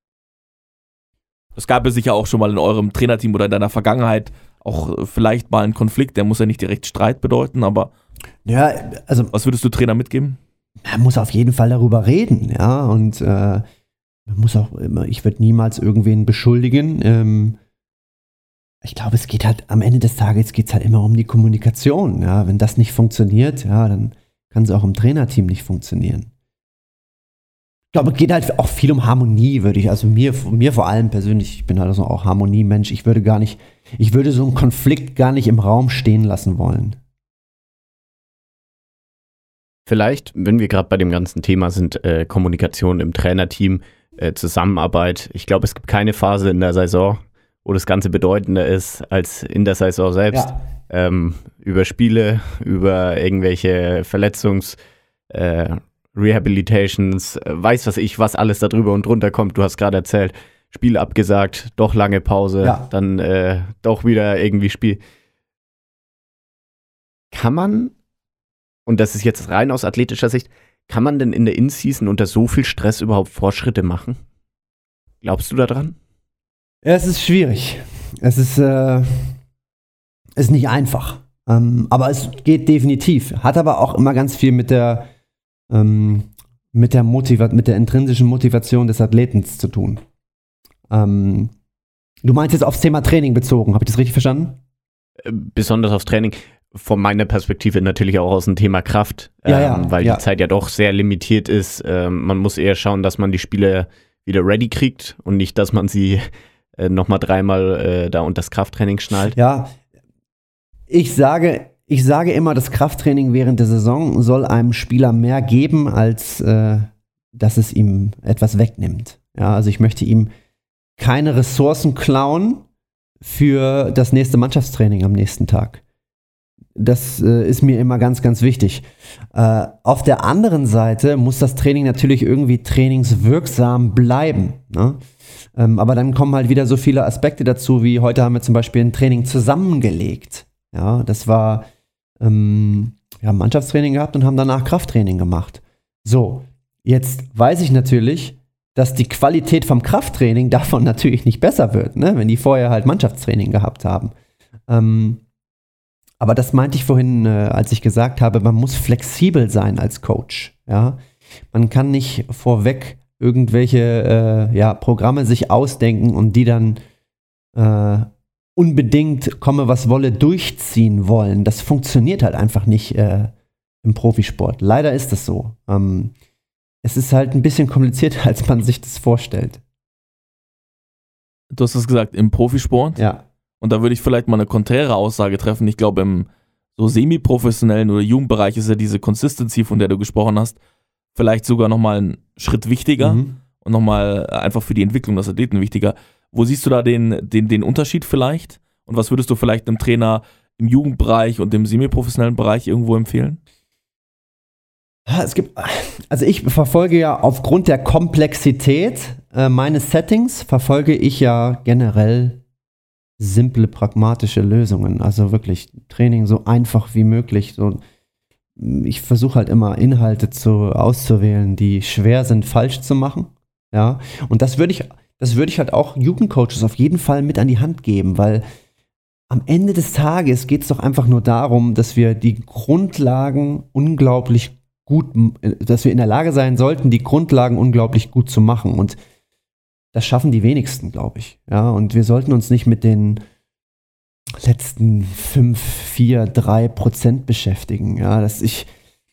Es gab ja sicher auch schon mal in eurem Trainerteam oder in deiner Vergangenheit auch vielleicht mal einen Konflikt, der muss ja nicht direkt Streit bedeuten, aber
Ja, also
was würdest du Trainer mitgeben?
man muss auf jeden Fall darüber reden, ja, und äh, man muss auch immer, ich würde niemals irgendwen beschuldigen. Ähm, ich glaube, es geht halt, am Ende des Tages geht es halt immer um die Kommunikation, ja, wenn das nicht funktioniert, ja, dann kann es auch im Trainerteam nicht funktionieren. Ich glaube, es geht halt auch viel um Harmonie, würde ich, also mir, mir vor allem persönlich, ich bin halt also auch Harmoniemensch, ich würde gar nicht, ich würde so einen Konflikt gar nicht im Raum stehen lassen wollen.
Vielleicht, wenn wir gerade bei dem ganzen Thema sind, äh, Kommunikation im Trainerteam, äh, Zusammenarbeit. Ich glaube, es gibt keine Phase in der Saison, wo das Ganze bedeutender ist als in der Saison selbst.
Ja.
Ähm, über Spiele, über irgendwelche Verletzungs- äh, Rehabilitations, äh, weiß was ich, was alles da drüber und drunter kommt. Du hast gerade erzählt, Spiel abgesagt, doch lange Pause,
Ja.
dann äh, doch wieder irgendwie Spiel. Kann man, und das ist jetzt rein aus athletischer Sicht, kann man denn in der In-Season unter so viel Stress überhaupt Fortschritte machen? Glaubst du daran?
Ja, es ist schwierig. Es ist, äh, ist nicht einfach. Ähm, aber es geht definitiv. Hat aber auch immer ganz viel mit der, ähm, mit der, Motiva- mit der intrinsischen Motivation des Athleten zu tun. Ähm, du meinst jetzt aufs Thema Training bezogen, habe ich das richtig verstanden?
Äh, Besonders aufs Training. Von meiner Perspektive natürlich auch aus dem Thema Kraft,
Ja,
ähm,
ja,
weil
ja.
die Zeit ja doch sehr limitiert ist. Ähm, man muss eher schauen, dass man die Spiele wieder ready kriegt und nicht, dass man sie äh, nochmal dreimal äh, da unter das Krafttraining schnallt.
Ja, ich sage, ich sage immer, das Krafttraining während der Saison soll einem Spieler mehr geben, als äh, dass es ihm etwas wegnimmt. Ja, also ich möchte ihm keine Ressourcen klauen für das nächste Mannschaftstraining am nächsten Tag. Das äh, ist mir immer ganz, ganz wichtig. Äh, auf der anderen Seite muss das Training natürlich irgendwie trainingswirksam bleiben. Ne? Ähm, aber dann kommen halt wieder so viele Aspekte dazu, wie heute haben wir zum Beispiel ein Training zusammengelegt. Ja, das war, ähm, wir haben Mannschaftstraining gehabt und haben danach Krafttraining gemacht. So, jetzt weiß ich natürlich, dass die Qualität vom Krafttraining davon natürlich nicht besser wird, ne? Wenn die vorher halt Mannschaftstraining gehabt haben. Ähm, aber das meinte ich vorhin, äh, als ich gesagt habe, man muss flexibel sein als Coach. Ja? Man kann nicht vorweg irgendwelche äh, ja, Programme sich ausdenken und die dann äh, unbedingt, komme was wolle, durchziehen wollen. Das funktioniert halt einfach nicht äh, im Profisport. Leider ist das so. Ähm, es ist halt ein bisschen komplizierter, als man sich das vorstellt.
Du hast es gesagt, im Profisport.
Ja.
Und da würde ich vielleicht mal eine konträre Aussage treffen. Ich glaube, im so semi-professionellen oder Jugendbereich ist ja diese Consistency, von der du gesprochen hast, vielleicht sogar nochmal einen Schritt wichtiger
Mhm.
und nochmal einfach für die Entwicklung des Athleten wichtiger. Wo siehst du da den, den, den Unterschied vielleicht? Und was würdest du vielleicht einem Trainer im Jugendbereich und im semi-professionellen Bereich irgendwo empfehlen?
Ja, es gibt, also ich verfolge ja aufgrund der Komplexität äh, meines Settings, verfolge ich ja generell simple, pragmatische Lösungen. Also wirklich Training so einfach wie möglich. So, ich versuche halt immer Inhalte zu, auszuwählen, die schwer sind, falsch zu machen. Ja, und das würde ich, das würde ich halt auch Jugendcoaches auf jeden Fall mit an die Hand geben, weil am Ende des Tages geht es doch einfach nur darum, dass wir die Grundlagen unglaublich gut, dass wir in der Lage sein sollten, die Grundlagen unglaublich gut zu machen. Und das schaffen die wenigsten, glaube ich. Ja, und wir sollten uns nicht mit den letzten fünf, vier, drei Prozent beschäftigen. Ja, dass ich,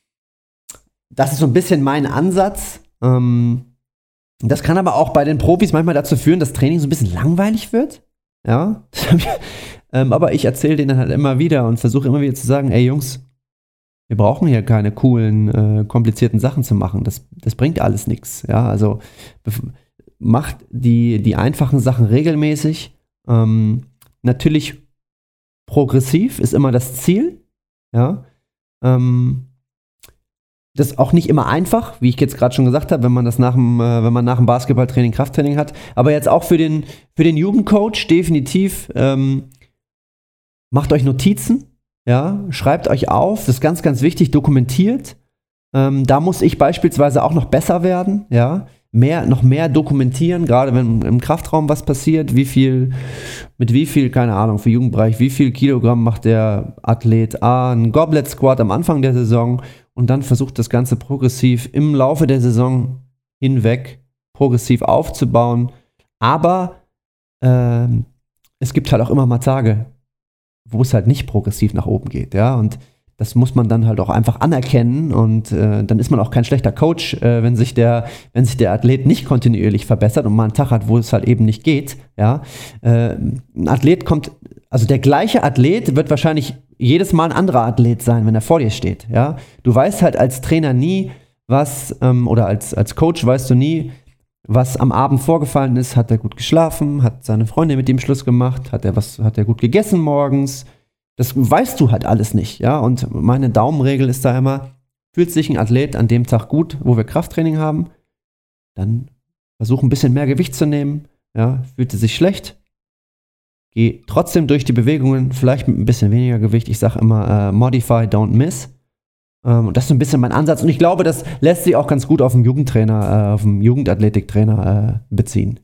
das ist so ein bisschen mein Ansatz. Ähm, das kann aber auch bei den Profis manchmal dazu führen, dass Training so ein bisschen langweilig wird. Ja, das hab ich, ähm, aber ich erzähle denen halt immer wieder und versuche immer wieder zu sagen, ey Jungs, wir brauchen hier keine coolen, äh, komplizierten Sachen zu machen. Das, das bringt alles nichts. Ja, also bef- macht die, die einfachen Sachen regelmäßig. Ähm, natürlich progressiv ist immer das Ziel. Ja. Ähm, das ist auch nicht immer einfach, wie ich jetzt gerade schon gesagt habe, wenn man das nach dem, äh, wenn man nach dem Basketballtraining Krafttraining hat. Aber jetzt auch für den, für den Jugendcoach definitiv ähm, macht euch Notizen. Ja, schreibt euch auf, das ist ganz, ganz wichtig, dokumentiert. Ähm, da muss ich beispielsweise auch noch besser werden, ja, mehr, noch mehr dokumentieren, gerade wenn im Kraftraum was passiert, wie viel, mit wie viel, keine Ahnung, für Jugendbereich, wie viel Kilogramm macht der Athlet A, ein Goblet Squat am Anfang der Saison und dann versucht das Ganze progressiv im Laufe der Saison hinweg progressiv aufzubauen. Aber ähm, es gibt halt auch immer mal Tage, wo es halt nicht progressiv nach oben geht, ja, und das muss man dann halt auch einfach anerkennen und äh, dann ist man auch kein schlechter Coach, äh, wenn sich der, wenn sich der Athlet nicht kontinuierlich verbessert und mal einen Tag hat, wo es halt eben nicht geht, ja. Äh, ein Athlet kommt, also der gleiche Athlet wird wahrscheinlich jedes Mal ein anderer Athlet sein, wenn er vor dir steht, ja. Du weißt halt als Trainer nie, was, ähm, oder als, als Coach weißt du nie, was am Abend vorgefallen ist. Hat er gut geschlafen? Hat seine Freundin mit ihm Schluss gemacht? Hat er was, hat er gut gegessen morgens? Das weißt du halt alles nicht, ja. Und meine Daumenregel ist da immer, fühlt sich ein Athlet an dem Tag gut, wo wir Krafttraining haben, dann versuch ein bisschen mehr Gewicht zu nehmen, ja, fühlte sich schlecht. Geh trotzdem durch die Bewegungen, vielleicht mit ein bisschen weniger Gewicht. Ich sage immer, äh, modify, don't miss. Ähm, und das ist so ein bisschen mein Ansatz. Und ich glaube, das lässt sich auch ganz gut auf den Jugendtrainer, äh, auf den Jugendathletiktrainer äh, beziehen.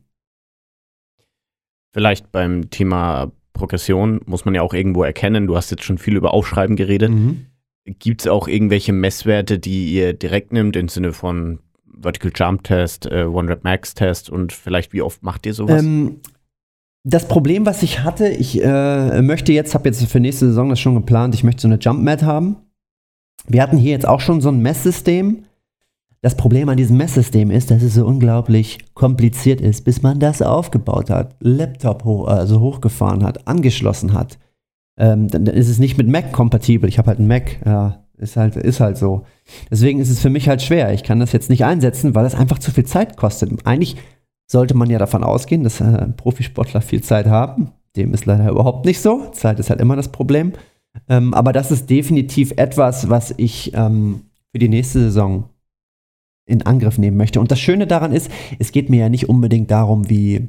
Vielleicht beim Thema Progression muss man ja auch irgendwo erkennen, du hast jetzt schon viel über Aufschreiben geredet.
Mhm.
Gibt es auch irgendwelche Messwerte, die ihr direkt nimmt, im Sinne von Vertical Jump Test, äh, One-Rep-Max-Test und vielleicht wie oft macht ihr sowas?
Ähm, das Problem, was ich hatte, ich äh, möchte jetzt, habe jetzt für nächste Saison das schon geplant, ich möchte so eine Jump-Mat haben. Wir hatten hier jetzt auch schon so ein Messsystem. Das Problem an diesem Messsystem ist, dass es so unglaublich kompliziert ist, bis man das aufgebaut hat, Laptop hoch, also hochgefahren hat, angeschlossen hat. Ähm, dann, dann ist es nicht mit Mac kompatibel. Ich habe halt einen Mac, ja, ist halt, ist halt so. Deswegen ist es für mich halt schwer. Ich kann das jetzt nicht einsetzen, weil das einfach zu viel Zeit kostet. Eigentlich sollte man ja davon ausgehen, dass äh, Profisportler viel Zeit haben. Dem ist leider überhaupt nicht so. Zeit ist halt immer das Problem. Ähm, aber das ist definitiv etwas, was ich ähm, für die nächste Saison in Angriff nehmen möchte. Und das Schöne daran ist, es geht mir ja nicht unbedingt darum, wie,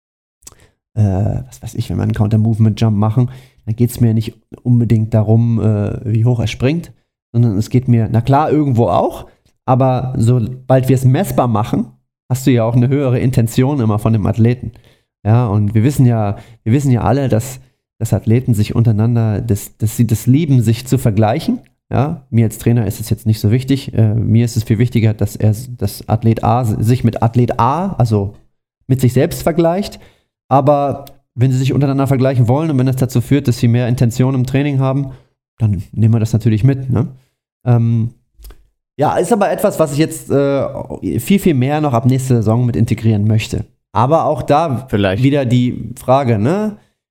äh, was weiß ich, wenn wir einen Counter-Movement-Jump machen, dann geht es mir nicht unbedingt darum, äh, wie hoch er springt, sondern es geht mir, na klar, irgendwo auch, aber sobald wir es messbar machen, hast du ja auch eine höhere Intention immer von dem Athleten. Ja, und wir wissen ja, wir wissen ja alle, dass, dass Athleten sich untereinander, dass, dass sie das lieben, sich zu vergleichen. Ja, mir als Trainer ist es jetzt nicht so wichtig. Äh, mir ist es viel wichtiger, dass er, dass Athlet A sich mit Athlet A, also mit sich selbst vergleicht. Aber wenn sie sich untereinander vergleichen wollen und wenn das dazu führt, dass sie mehr Intention im Training haben, dann nehmen wir das natürlich mit. Ne? Ähm, ja, ist aber etwas, was ich jetzt äh, viel, viel mehr noch ab nächster Saison mit integrieren möchte. Aber auch da
Vielleicht.
wieder die Frage, ne?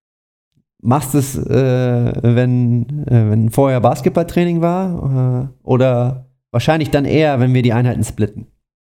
Machst du es, äh, wenn, äh, wenn vorher Basketballtraining war? Äh, oder wahrscheinlich dann eher, wenn wir die Einheiten splitten?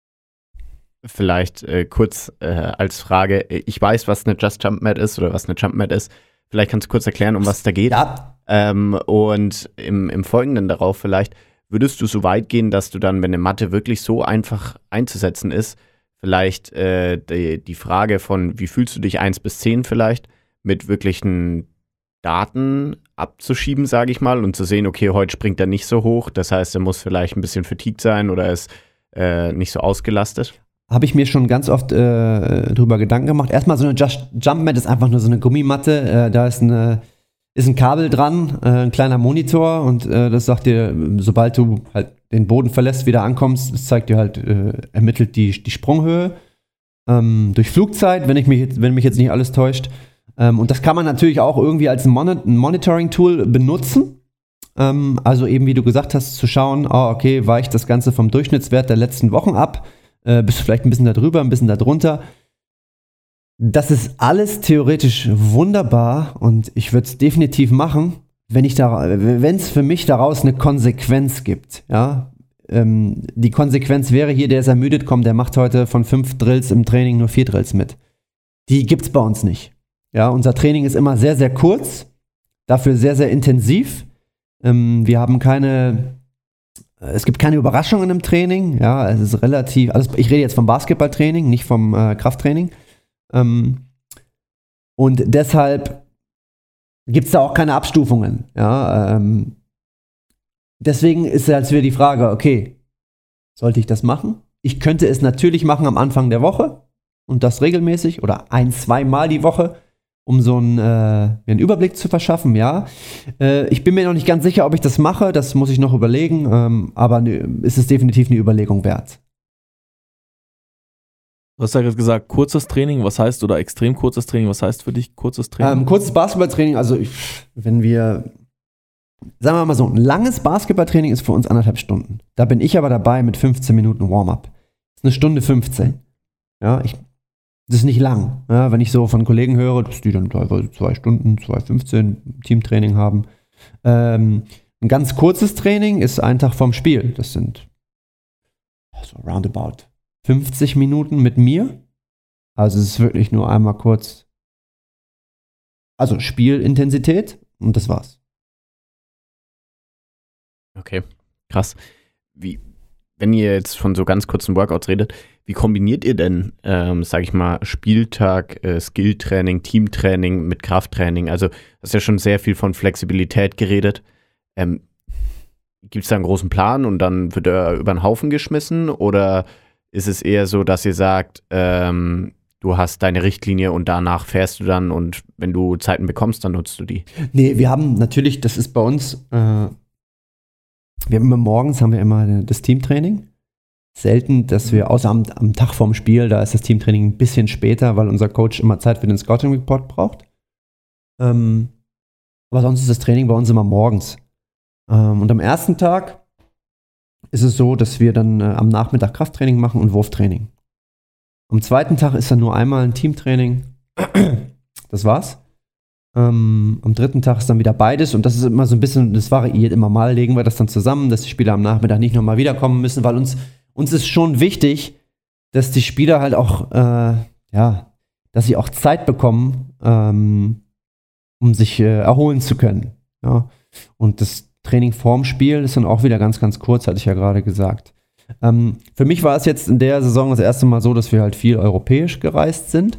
Vielleicht äh, kurz äh, als Frage, ich weiß, was eine Just Jump Mat ist oder was eine Jump Mat ist. Vielleicht kannst du kurz erklären, um was es da geht.
Ja.
Ähm, und im, im Folgenden darauf vielleicht, würdest du so weit gehen, dass du dann, wenn eine Matte wirklich so einfach einzusetzen ist, vielleicht äh, die, die Frage von, wie fühlst du dich eins bis zehn vielleicht, mit wirklichen Daten abzuschieben, sage ich mal, und zu sehen, okay, heute springt er nicht so hoch, das heißt, er muss vielleicht ein bisschen fatigued sein oder ist äh, nicht so ausgelastet?
Habe ich mir schon ganz oft äh, drüber Gedanken gemacht. Erstmal so eine Just Jump Mat ist einfach nur so eine Gummimatte, äh, da ist, eine, ist ein Kabel dran, äh, ein kleiner Monitor und äh, das sagt dir, sobald du halt den Boden verlässt, wieder ankommst, das zeigt dir halt, äh, ermittelt die, die Sprunghöhe ähm, durch Flugzeit, wenn, ich mich jetzt, wenn mich jetzt nicht alles täuscht. Ähm, und das kann man natürlich auch irgendwie als ein, Mon- ein Monitoring-Tool benutzen. Ähm, also eben, wie du gesagt hast, zu schauen, oh, okay, weicht das Ganze vom Durchschnittswert der letzten Wochen ab, äh, bist du vielleicht ein bisschen da drüber, ein bisschen da drunter. Das ist alles theoretisch wunderbar und ich würde es definitiv machen, wenn ich da, wenn es für mich daraus eine Konsequenz gibt. Ja? Ähm, die Konsequenz wäre hier, der ist ermüdet, komm, der macht heute von fünf Drills im Training nur vier Drills mit. Die gibt's bei uns nicht. Ja, unser Training ist immer sehr, sehr kurz, dafür sehr, sehr intensiv. Ähm, wir haben keine, äh, es gibt keine Überraschungen im Training. Ja, es ist relativ, also ich rede jetzt vom Basketballtraining, nicht vom äh, Krafttraining. Ähm, und deshalb gibt es da auch keine Abstufungen. Ja, ähm, deswegen ist jetzt wieder die Frage, okay, sollte ich das machen? Ich könnte es natürlich machen am Anfang der Woche und das regelmäßig oder ein, zweimal die Woche, um so einen, äh, mir einen Überblick zu verschaffen, ja. Äh, ich bin mir noch nicht ganz sicher, ob ich das mache, das muss ich noch überlegen, ähm, aber ne, ist es definitiv eine Überlegung wert.
Du hast ja gerade gesagt, kurzes Training, was heißt, oder extrem kurzes Training, was heißt für dich kurzes Training?
Ähm, kurzes Basketballtraining, also ich, wenn wir, sagen wir mal so, ein langes Basketballtraining ist für uns anderthalb Stunden. Da bin ich aber dabei mit fünfzehn Minuten Warm-up. Das ist eine Stunde fünfzehn. Ja, ich Das ist nicht lang. Ja, wenn ich so von Kollegen höre, dass die dann teilweise zwei Stunden, zwei fünfzehn Teamtraining haben. Ähm, ein ganz kurzes Training ist ein Tag vorm Spiel. Das sind so roundabout fünfzig Minuten mit mir. Also es ist wirklich nur einmal kurz, also Spielintensität und das war's.
Okay, krass. Wie, wenn ihr jetzt von so ganz kurzen Workouts redet, wie kombiniert ihr denn, ähm, sag ich mal, Spieltag, äh, Skilltraining, Teamtraining mit Krafttraining? Also, du hast ja schon sehr viel von Flexibilität geredet. Ähm, Gibt es da einen großen Plan und dann wird er über den Haufen geschmissen? Oder ist es eher so, dass ihr sagt, ähm, du hast deine Richtlinie und danach fährst du dann und wenn du Zeiten bekommst, dann nutzt du die?
Nee, wir haben natürlich, das ist bei uns, äh, wir haben immer morgens haben wir immer das Teamtraining. Selten, dass wir, außer am, am Tag vorm Spiel, da ist das Teamtraining ein bisschen später, weil unser Coach immer Zeit für den Scouting Report braucht. Ähm, aber sonst ist das Training bei uns immer morgens. Ähm, und am ersten Tag ist es so, dass wir dann äh, am Nachmittag Krafttraining machen und Wurftraining. Am zweiten Tag ist dann nur einmal ein Teamtraining. Das war's. Ähm, am dritten Tag ist dann wieder beides und das ist immer so ein bisschen, das variiert immer mal, legen wir das dann zusammen, dass die Spieler am Nachmittag nicht nochmal wiederkommen müssen, weil uns, uns ist schon wichtig, dass die Spieler halt auch, äh, ja, dass sie auch Zeit bekommen, ähm, um sich äh, erholen zu können. Ja. Und das Training vorm Spiel ist dann auch wieder ganz, ganz kurz, hatte ich ja gerade gesagt. Ähm, für mich war es jetzt in der Saison das erste Mal so, dass wir halt viel europäisch gereist sind.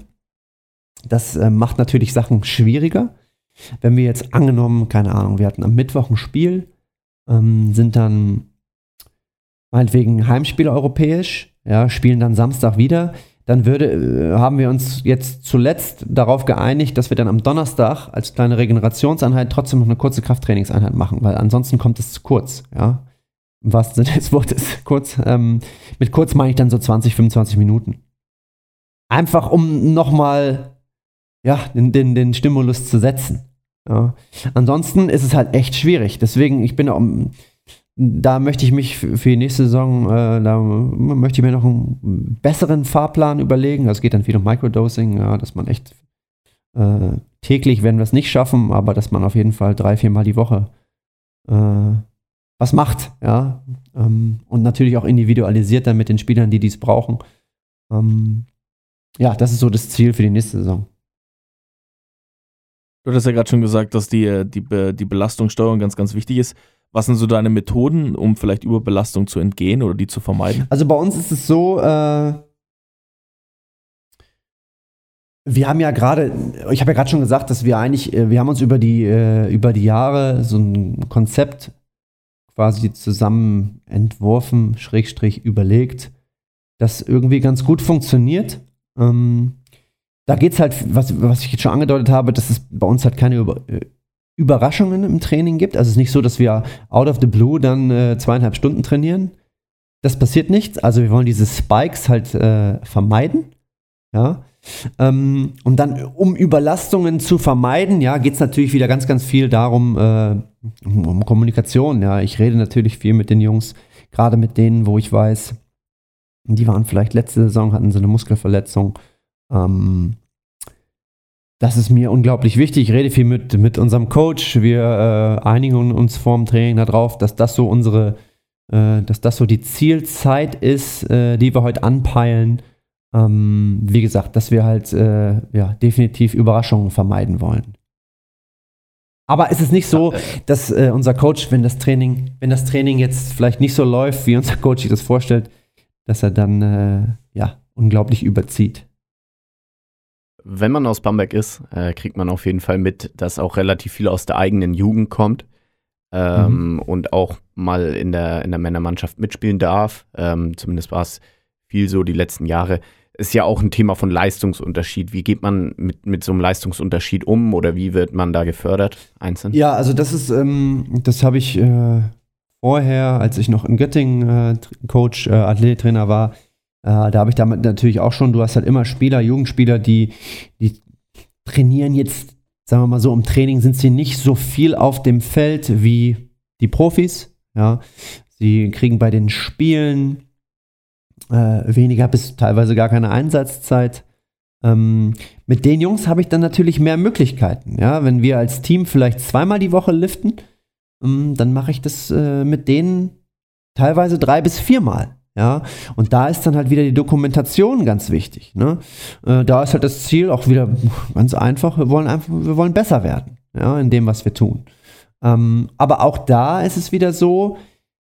Das äh, macht natürlich Sachen schwieriger. Wenn wir jetzt angenommen, keine Ahnung, wir hatten am Mittwoch ein Spiel, ähm, sind dann meinetwegen Heimspiele europäisch, ja, spielen dann Samstag wieder, dann würde, äh, haben wir uns jetzt zuletzt darauf geeinigt, dass wir dann am Donnerstag als kleine Regenerationseinheit trotzdem noch eine kurze Krafttrainingseinheit machen, weil ansonsten kommt es zu kurz, ja. Im wahrsten Sinne des Wortes kurz. Ähm, mit kurz meine ich dann so zwanzig, fünfundzwanzig Minuten. Einfach um nochmal ja, den, den, den Stimulus zu setzen. Ja. Ansonsten ist es halt echt schwierig. Deswegen, ich bin auch, da möchte ich mich für die nächste Saison, äh, da möchte ich mir noch einen besseren Fahrplan überlegen. Das geht dann viel um Microdosing, ja, dass man echt äh, täglich werden wir es nicht schaffen, aber dass man auf jeden Fall drei, vier Mal die Woche äh, was macht, ja. Ähm, und natürlich auch individualisiert dann mit den Spielern, die dies brauchen. Ähm, ja, das ist so das Ziel für die nächste Saison.
Du hattest ja gerade schon gesagt, dass die, die, die Belastungssteuerung ganz, ganz wichtig ist. Was sind so deine Methoden, um vielleicht Überbelastung zu entgehen oder die zu vermeiden?
Also bei uns ist es so, äh, wir haben ja gerade, ich habe ja gerade schon gesagt, dass wir eigentlich, wir haben uns über die, äh, über die Jahre so ein Konzept quasi zusammen entworfen, Schrägstrich überlegt, das irgendwie ganz gut funktioniert. Ähm, da geht es halt, was, was ich jetzt schon angedeutet habe, dass es bei uns halt keine Über- Überraschungen im Training gibt. Also es ist nicht so, dass wir out of the blue dann äh, zweieinhalb Stunden trainieren. Das passiert nicht. Also wir wollen diese Spikes halt äh, vermeiden. Ja. Ähm, und dann, um Überlastungen zu vermeiden, ja, geht es natürlich wieder ganz, ganz viel darum, äh, um, um Kommunikation. Ja. Ich rede natürlich viel mit den Jungs, gerade mit denen, wo ich weiß, die waren vielleicht letzte Saison, hatten sie eine Muskelverletzung. Ähm, das ist mir unglaublich wichtig. Ich rede viel mit, mit unserem Coach. Wir äh, einigen uns vorm Training darauf, dass das so unsere, äh, dass das so die Zielzeit ist, äh, die wir heute anpeilen. Ähm, wie gesagt, dass wir halt äh, ja, definitiv Überraschungen vermeiden wollen. Aber es ist nicht so, dass äh, unser Coach, wenn das Training, wenn das Training jetzt vielleicht nicht so läuft, wie unser Coach sich das vorstellt, dass er dann äh, ja, unglaublich überzieht.
Wenn man aus Bamberg ist, äh, kriegt man auf jeden Fall mit, dass auch relativ viel aus der eigenen Jugend kommt ähm, mhm. und auch mal in der, in der Männermannschaft mitspielen darf. Ähm, zumindest war es viel so die letzten Jahre. Ist ja auch ein Thema von Leistungsunterschied. Wie geht man mit, mit so einem Leistungsunterschied um oder wie wird man da gefördert einzeln?
Ja, also das ist, ähm, das habe ich äh, vorher, als ich noch in Göttingen äh, Coach, äh, Athletiktrainer war, äh, da habe ich damit natürlich auch schon, du hast halt immer Spieler, Jugendspieler, die, die trainieren jetzt, sagen wir mal so, im Training sind sie nicht so viel auf dem Feld wie die Profis. Ja, sie kriegen bei den Spielen Äh, weniger bis teilweise gar keine Einsatzzeit. Ähm, mit den Jungs habe ich dann natürlich mehr Möglichkeiten. Ja? Wenn wir als Team vielleicht zweimal die Woche liften, ähm, dann mache ich das äh, mit denen teilweise drei bis viermal. Ja? Und da ist dann halt wieder die Dokumentation ganz wichtig. Ne? Äh, da ist halt das Ziel auch wieder ganz einfach, wir wollen einfach, wir wollen besser werden, ja, in dem, was wir tun. Ähm, aber auch da ist es wieder so,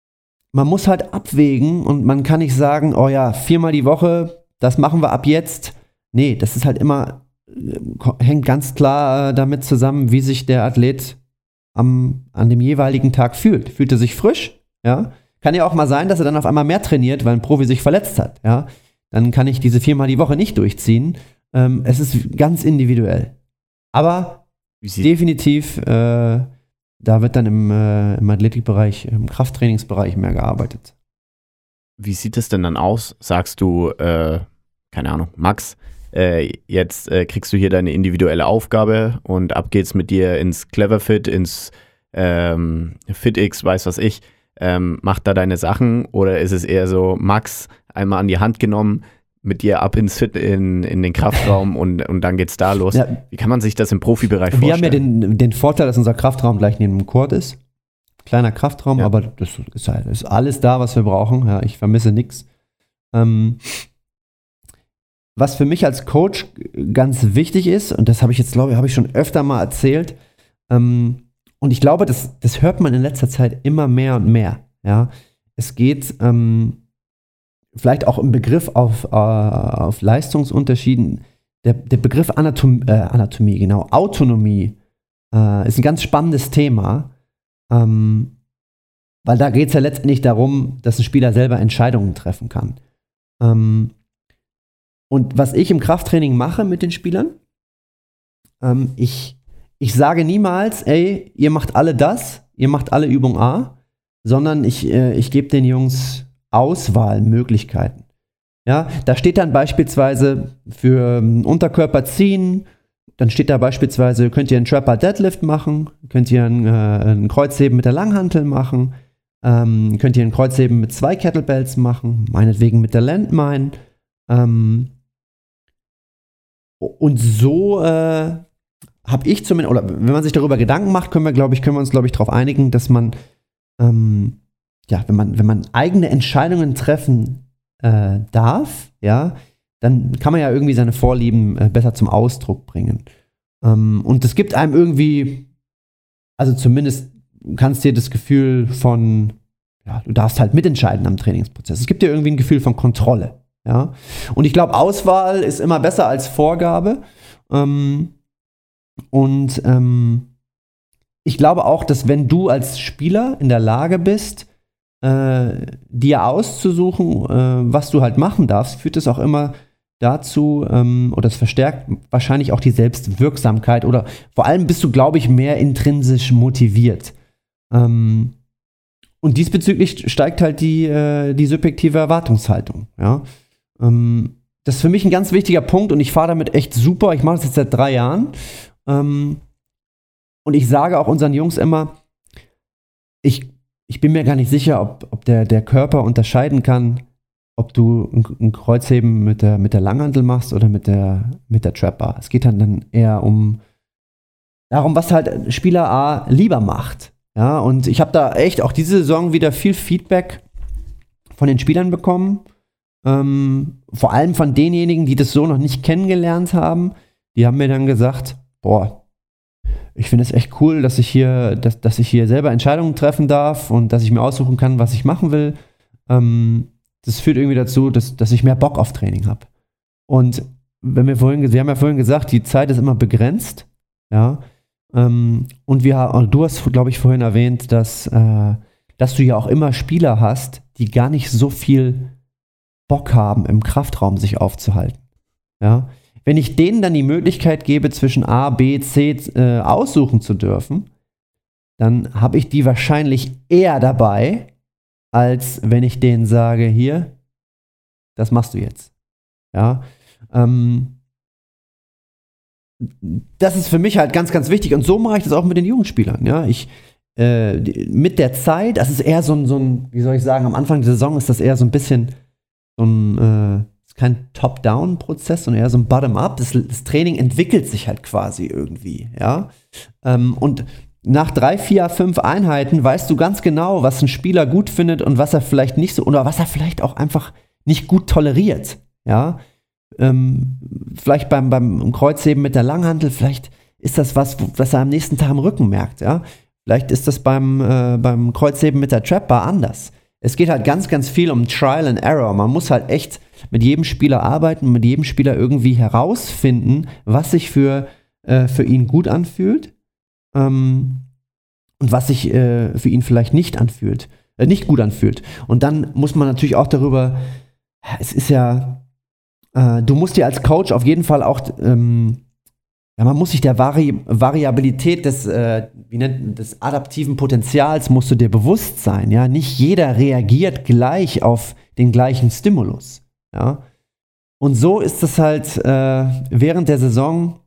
man muss halt abwägen und man kann nicht sagen, oh ja, viermal die Woche, das machen wir ab jetzt. Nee, das ist halt immer, hängt ganz klar damit zusammen, wie sich der Athlet am, an dem jeweiligen Tag fühlt. Fühlt er sich frisch? Ja. Kann ja auch mal sein, dass er dann auf einmal mehr trainiert, weil ein Profi sich verletzt hat. Ja. Dann kann ich diese viermal die Woche nicht durchziehen. Ähm, es ist ganz individuell. Aber definitiv, äh, da wird dann im, äh, im Athletikbereich, im Krafttrainingsbereich mehr gearbeitet.
Wie sieht es denn dann aus? Sagst du, äh, keine Ahnung, Max, äh, jetzt äh, kriegst du hier deine individuelle Aufgabe und ab geht's mit dir ins Cleverfit, ins ähm, FitX, weiß was ich, ähm, mach da deine Sachen, oder ist es eher so, Max, einmal an die Hand genommen, mit dir ab ins Fit, in, in den Kraftraum und, und dann geht's da los. Ja. Wie kann man sich das im Profibereich vorstellen?
Wir haben ja den, den Vorteil, dass unser Kraftraum gleich neben dem Court ist. Kleiner Kraftraum, ja. Aber das ist, halt, ist alles da, was wir brauchen. Ja, ich vermisse nichts. Ähm, was für mich als Coach ganz wichtig ist, und das habe ich jetzt, glaube ich, habe ich schon öfter mal erzählt, ähm, und ich glaube, das, das hört man in letzter Zeit immer mehr und mehr. Ja? Es geht ähm, vielleicht auch im Begriff auf, äh, auf Leistungsunterschieden. Der, der Begriff Anatom- äh, Anatomie, genau, Autonomie äh, ist ein ganz spannendes Thema, ähm, weil da geht es ja letztendlich darum, dass ein Spieler selber Entscheidungen treffen kann. Ähm, und was ich im Krafttraining mache mit den Spielern, ähm, ich Ich sage niemals, ey, ihr macht alle das, ihr macht alle Übung A, sondern ich, äh, ich gebe den Jungs Auswahlmöglichkeiten. Ja, da steht dann beispielsweise für ähm, Unterkörper ziehen, dann steht da beispielsweise, könnt ihr einen Trapper Deadlift machen, könnt ihr einen, äh, einen Kreuzheben mit der Langhantel machen, ähm, könnt ihr einen Kreuzheben mit zwei Kettlebells machen, meinetwegen mit der Landmine. Ähm, und so äh, habe ich zumindest, oder wenn man sich darüber Gedanken macht, können wir, glaube ich, können wir uns, glaube ich, darauf einigen, dass man, ähm, ja, wenn man, wenn man eigene Entscheidungen treffen äh, darf, ja, dann kann man ja irgendwie seine Vorlieben äh, besser zum Ausdruck bringen. Ähm, und es gibt einem irgendwie, also zumindest kannst dir das Gefühl von, ja, du darfst halt mitentscheiden am Trainingsprozess. Es gibt dir irgendwie ein Gefühl von Kontrolle, ja. Und ich glaube, Auswahl ist immer besser als Vorgabe. Ähm, Und ähm, ich glaube auch, dass wenn du als Spieler in der Lage bist, äh, dir auszusuchen, äh, was du halt machen darfst, führt es auch immer dazu, ähm, oder es verstärkt wahrscheinlich auch die Selbstwirksamkeit, oder vor allem bist du, glaube ich, mehr intrinsisch motiviert. Ähm, und diesbezüglich steigt halt die, äh, die subjektive Erwartungshaltung. Ja? Ähm, das ist für mich ein ganz wichtiger Punkt und ich fahre damit echt super. Ich mache das jetzt seit drei Jahren. Um, und ich sage auch unseren Jungs immer, ich, ich bin mir gar nicht sicher, ob, ob der, der Körper unterscheiden kann, ob du ein, ein Kreuzheben mit der, mit der Langhantel machst oder mit der, mit der Trap-Bar. Es geht dann, dann eher um darum, was halt Spieler A lieber macht. Ja, und ich habe da echt auch diese Saison wieder viel Feedback von den Spielern bekommen. Ähm, vor allem von denjenigen, die das so noch nicht kennengelernt haben. Die haben mir dann gesagt, boah, ich finde es echt cool, dass ich hier, dass, dass ich hier selber Entscheidungen treffen darf und dass ich mir aussuchen kann, was ich machen will. Ähm, das führt irgendwie dazu, dass, dass ich mehr Bock auf Training habe. Und wenn wir vorhin, wir haben ja vorhin gesagt, die Zeit ist immer begrenzt, ja. Ähm, und wir, du hast, glaube ich, vorhin erwähnt, dass, äh, dass du ja auch immer Spieler hast, die gar nicht so viel Bock haben, im Kraftraum sich aufzuhalten, ja. Wenn ich denen dann die Möglichkeit gebe, zwischen A, B, C äh, aussuchen zu dürfen, dann habe ich die wahrscheinlich eher dabei, als wenn ich denen sage, hier, das machst du jetzt. Ja, ähm, das ist für mich halt ganz, ganz wichtig. Und so mache ich das auch mit den Jugendspielern. Ja, ich äh, die, mit der Zeit, das ist eher so ein, so ein, wie soll ich sagen, am Anfang der Saison ist das eher so ein bisschen so ein äh, kein Top-Down-Prozess, sondern eher so ein Bottom-up. Das, das Training entwickelt sich halt quasi irgendwie, ja. Ähm, und nach drei, vier, fünf Einheiten weißt du ganz genau, was ein Spieler gut findet und was er vielleicht nicht so, oder was er vielleicht auch einfach nicht gut toleriert, ja. Ähm, vielleicht beim, beim Kreuzheben mit der Langhantel, vielleicht ist das was, was er am nächsten Tag am Rücken merkt, ja. Vielleicht ist das beim, äh, beim Kreuzheben mit der Trap-Bar anders. Es geht halt ganz, ganz viel um Trial and Error. Man muss halt echt mit jedem Spieler arbeiten, mit jedem Spieler irgendwie herausfinden, was sich für, äh, für ihn gut anfühlt ähm, und was sich äh, für ihn vielleicht nicht anfühlt, äh, nicht gut anfühlt. Und dann muss man natürlich auch darüber, es ist ja, äh, du musst dir als Coach auf jeden Fall auch, ähm, ja, man muss sich der Vari- Variabilität des, äh, wie nennt, des adaptiven Potenzials musst du dir bewusst sein. Ja? Nicht jeder reagiert gleich auf den gleichen Stimulus. Ja? Und so ist es halt äh, während der Saison.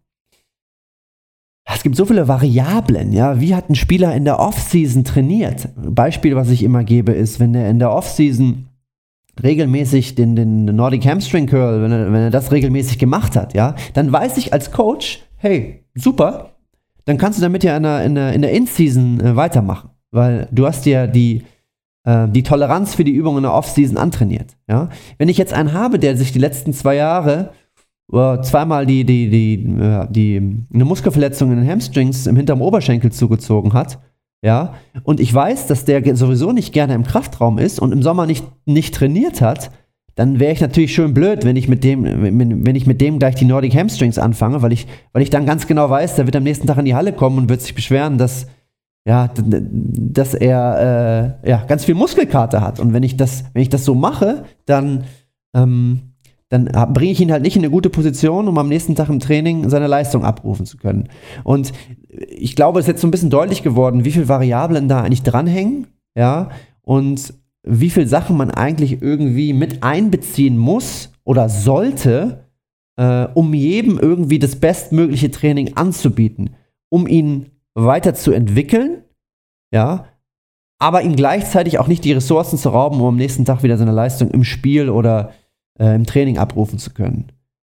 Es gibt so viele Variablen. Ja? Wie hat ein Spieler in der Offseason trainiert? Beispiel, was ich immer gebe, ist, wenn er in der Offseason regelmäßig den, den Nordic Hamstring Curl, wenn er, wenn er das regelmäßig gemacht hat, ja, dann weiß ich als Coach, hey, super, dann kannst du damit ja in der, in der, in der In-Season äh, weitermachen, weil du hast ja die, äh, die Toleranz für die Übungen in der Off-Season antrainiert, ja. Wenn ich jetzt einen habe, der sich die letzten zwei Jahre äh, zweimal die, die, die, äh, die, eine Muskelverletzung in den Hamstrings im hinterm Oberschenkel zugezogen hat, ja, und ich weiß, dass der sowieso nicht gerne im Kraftraum ist und im Sommer nicht, nicht trainiert hat, dann wäre ich natürlich schön blöd, wenn ich mit dem, wenn, wenn ich mit dem gleich die Nordic Hamstrings anfange, weil ich, weil ich dann ganz genau weiß, der wird am nächsten Tag in die Halle kommen und wird sich beschweren, dass, ja, dass er äh, ja, ganz viel Muskelkater hat. Und wenn ich das, wenn ich das so mache, dann, ähm, dann bringe ich ihn halt nicht in eine gute Position, um am nächsten Tag im Training seine Leistung abrufen zu können. Und ich glaube, es ist jetzt so ein bisschen deutlich geworden, wie viele Variablen da eigentlich dranhängen, ja, und wie viele Sachen man eigentlich irgendwie mit einbeziehen muss oder sollte, äh, um jedem irgendwie das bestmögliche Training anzubieten, um ihn weiterzuentwickeln, ja, aber ihm gleichzeitig auch nicht die Ressourcen zu rauben, um am nächsten Tag wieder seine Leistung im Spiel oder äh, im Training abrufen zu können.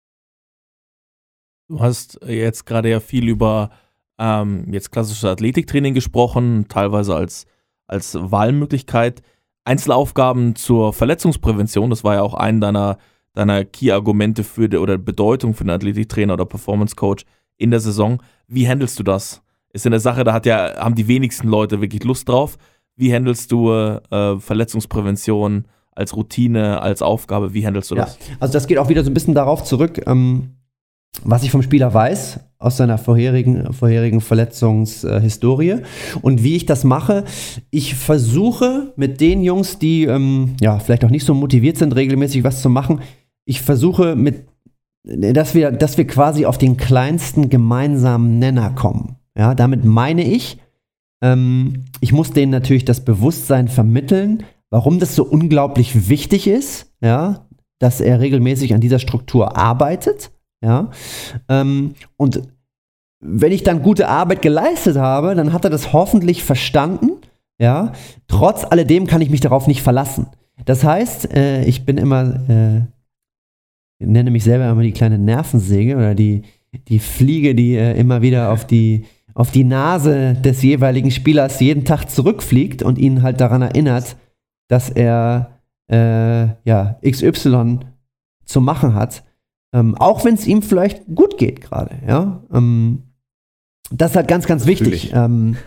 Du hast jetzt gerade ja viel über ähm, jetzt klassisches Athletiktraining gesprochen, teilweise als, als Wahlmöglichkeit. Einzelaufgaben zur Verletzungsprävention, das war ja auch ein deiner, deiner Key-Argumente für die, oder Bedeutung für einen Athletiktrainer oder Performance-Coach in der Saison. Wie handelst du das? Ist eine Sache, da hat ja, haben die wenigsten Leute wirklich Lust drauf. Wie handelst du äh, Verletzungsprävention als Routine, als Aufgabe? Wie handelst du das?
Ja, also das geht auch wieder so ein bisschen darauf zurück, ähm, was ich vom Spieler weiß, aus seiner vorherigen, vorherigen Verletzungshistorie. Und wie ich das mache, ich versuche mit den Jungs, die ähm, ja, vielleicht auch nicht so motiviert sind, regelmäßig was zu machen, ich versuche mit, dass wir, dass wir quasi auf den kleinsten gemeinsamen Nenner kommen. Ja, damit meine ich, ähm, ich muss denen natürlich das Bewusstsein vermitteln, warum das so unglaublich wichtig ist, ja, dass er regelmäßig an dieser Struktur arbeitet. Ja, ähm, und wenn ich dann gute Arbeit geleistet habe, dann hat er das hoffentlich verstanden. Ja, trotz alledem kann ich mich darauf nicht verlassen. Das heißt, äh, ich bin immer, äh, ich nenne mich selber immer die kleine Nervensäge oder die, die Fliege, die äh, immer wieder auf die, auf die Nase des jeweiligen Spielers jeden Tag zurückfliegt und ihn halt daran erinnert, dass er äh, ja, X Y zu machen hat. Ähm, auch wenn es ihm vielleicht gut geht gerade, ja. Ähm, das ist halt ganz, ganz wichtig. Ähm,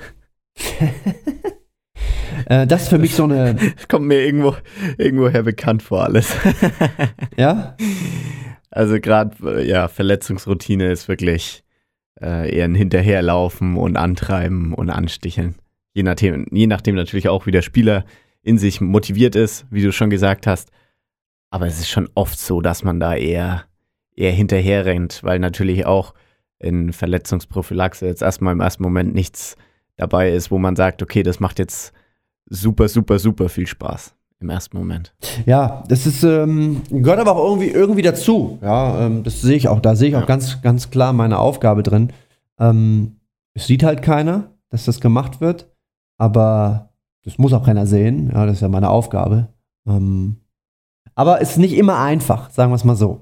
äh, das ist für mich so eine...
Das kommt mir irgendwo, irgendwoher bekannt vor alles.
Ja?
Also gerade, ja, Verletzungsroutine ist wirklich äh, eher ein Hinterherlaufen und Antreiben und Ansticheln. Je nachdem, je nachdem natürlich auch, wie der Spieler in sich motiviert ist, wie du schon gesagt hast. Aber es ist schon oft so, dass man da eher eher hinterher rennt, weil natürlich auch in Verletzungsprophylaxe jetzt erstmal im ersten Moment nichts dabei ist, wo man sagt, okay, das macht jetzt super, super, super viel Spaß im ersten Moment.
Ja, das ist, ähm, gehört aber auch irgendwie, irgendwie dazu. Ja, ähm, das sehe ich auch, da sehe ich auch ja. ganz, ganz klar meine Aufgabe drin. Ähm, es sieht halt keiner, dass das gemacht wird, aber das muss auch keiner sehen. Ja, das ist ja meine Aufgabe. Ähm, aber es ist nicht immer einfach, sagen wir es mal so.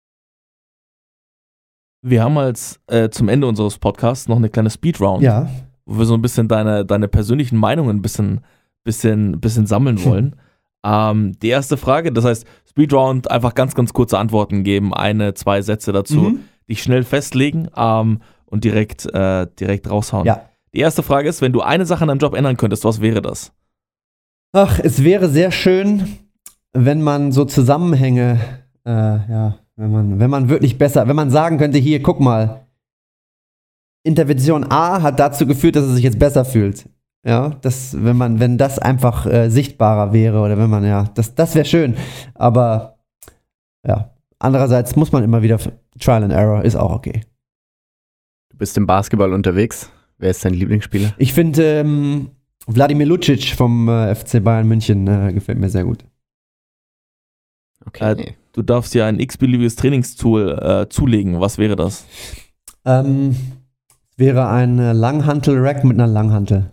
Wir haben als äh, zum Ende unseres Podcasts noch eine kleine Speedround,
ja.
wo wir so ein bisschen deine, deine persönlichen Meinungen ein bisschen, bisschen, bisschen sammeln wollen. ähm, die erste Frage, das heißt Speedround, einfach ganz, ganz kurze Antworten geben, eine, zwei Sätze dazu, mhm. dich schnell festlegen ähm, und direkt, äh, direkt raushauen.
Ja.
Die erste Frage ist, wenn du eine Sache an deinem Job ändern könntest, was wäre das?
Ach, es wäre sehr schön, wenn man so Zusammenhänge, äh, ja, wenn man, wenn man wirklich besser, wenn man sagen könnte, hier, guck mal, Intervention A hat dazu geführt, dass er sich jetzt besser fühlt. Ja, das, wenn man, wenn das einfach äh, sichtbarer wäre oder wenn man, ja, das, das wäre schön. Aber ja, andererseits muss man immer wieder Trial and Error, ist auch okay.
Du bist im Basketball unterwegs. Wer ist dein Lieblingsspieler?
Ich finde ähm, Wladimir Lucic vom äh, F C Bayern München äh, gefällt mir sehr gut.
Okay.
Äh, du darfst dir ein x-beliebiges Trainingstool äh, zulegen. Was wäre das?
Ähm, wäre ein äh, Langhantel-Rack mit einer Langhantel.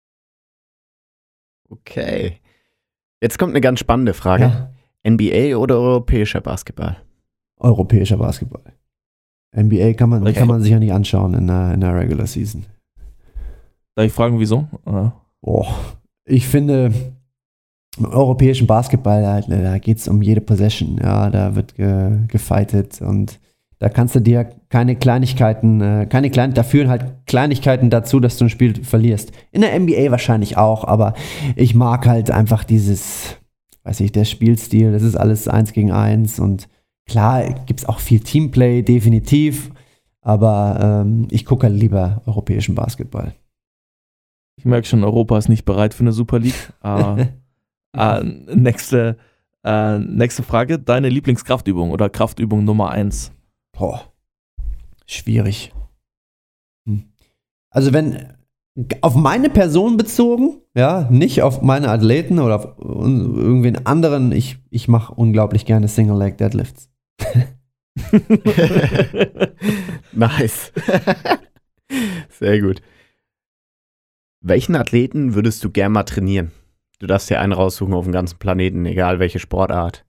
Okay. Jetzt kommt eine ganz spannende Frage.
Ja.
N B A oder europäischer Basketball?
Europäischer Basketball. N B A kann man,
Okay.
kann man sich ja nicht anschauen in der, in der Regular Season.
Darf ich fragen, wieso? Äh,
Boah. Ich finde, im europäischen Basketball, da, da geht es um jede Possession. Ja, da wird ge, gefightet und da kannst du dir keine Kleinigkeiten, äh, keine kleinen, da führen halt Kleinigkeiten dazu, dass du ein Spiel verlierst. In der N B A wahrscheinlich auch, aber ich mag halt einfach dieses, weiß ich, der Spielstil, das ist alles eins gegen eins und klar gibt es auch viel Teamplay, definitiv, aber ähm, ich gucke halt lieber europäischen Basketball.
ich merke schon, Europa ist nicht bereit für eine Super League. Äh, äh, nächste, äh, nächste Frage. Deine Lieblingskraftübung oder Kraftübung Nummer eins?
Boah, schwierig. Hm. Also wenn, auf meine Person bezogen, ja, nicht auf meine Athleten oder auf un- irgendwen anderen, ich, ich mache unglaublich gerne Single-Leg-Deadlifts.
Nice. Sehr gut. Welchen Athleten würdest du gern mal trainieren? Du darfst dir einen raussuchen auf dem ganzen Planeten, egal welche Sportart.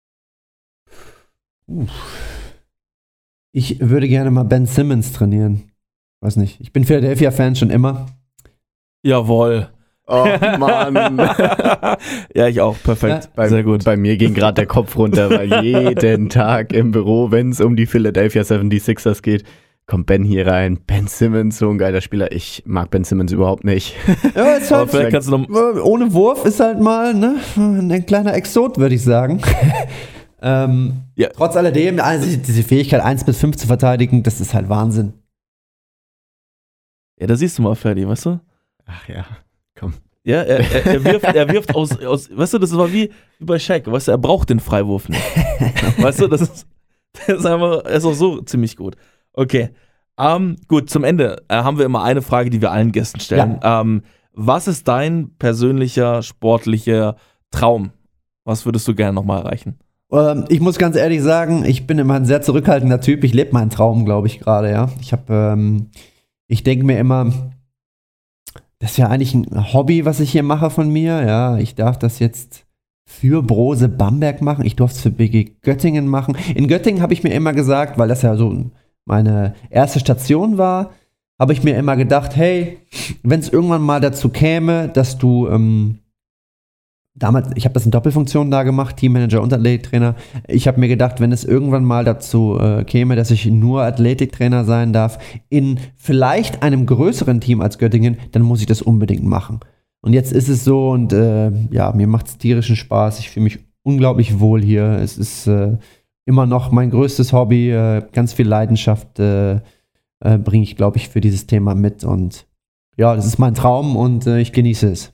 Ich würde gerne mal Ben Simmons trainieren. Weiß nicht, ich bin Philadelphia-Fan schon immer.
Jawohl.
Oh Mann.
Ja, ich auch. Perfekt.
Bei,
Sehr gut.
Bei mir ging gerade der Kopf runter, weil jeden Tag im Büro, wenn es um die Philadelphia seventy-sixers geht, kommt Ben hier rein. Ben Simmons, so ein geiler Spieler. Ich mag Ben Simmons überhaupt nicht.
Ja, ist
Aber
halt,
vielleicht kannst du noch.
ohne Wurf ist halt mal ne, ein kleiner Exot, würde ich sagen. ähm,
Ja.
Trotz alledem, also diese Fähigkeit eins bis fünf zu verteidigen, das ist halt Wahnsinn.
Ja, da siehst du mal, Ferdi, weißt du?
Ach ja, komm.
Ja, er, er, er wirft, er wirft aus, aus, weißt du, das war wie, wie bei Shaq, weißt du, er braucht den Freiwurf nicht. Weißt du, das ist, das ist einfach, er ist auch so ziemlich gut. Okay, ähm, gut, zum Ende äh, haben wir immer eine Frage, die wir allen Gästen stellen. Ähm, was ist dein persönlicher, sportlicher Traum? Was würdest du gerne nochmal erreichen?
Ähm, ich muss ganz ehrlich sagen, ich bin immer ein sehr zurückhaltender Typ. Ich lebe meinen Traum, glaube ich, gerade, ja. Ich habe, ähm, ich denke mir immer, das ist ja eigentlich ein Hobby, was ich hier mache von mir. Ja, ich darf das jetzt für Brose Bamberg machen. Ich durfte es für B G Göttingen machen. In Göttingen habe ich mir immer gesagt, weil das ja so meine erste Station war, habe ich mir immer gedacht, hey, wenn es irgendwann mal dazu käme, dass du ähm, damals, ich habe das in Doppelfunktion da gemacht, Teammanager und Athletiktrainer. Ich habe mir gedacht, wenn es irgendwann mal dazu äh, käme, dass ich nur Athletiktrainer sein darf, in vielleicht einem größeren Team als Göttingen, dann muss ich das unbedingt machen. Und jetzt ist es so und äh, ja, mir macht es tierischen Spaß. Ich fühle mich unglaublich wohl hier. Es ist äh, immer noch mein größtes Hobby. Äh, ganz viel Leidenschaft äh, äh, bringe ich, glaube ich, für dieses Thema mit. Und ja, das ist mein Traum und äh, ich genieße es.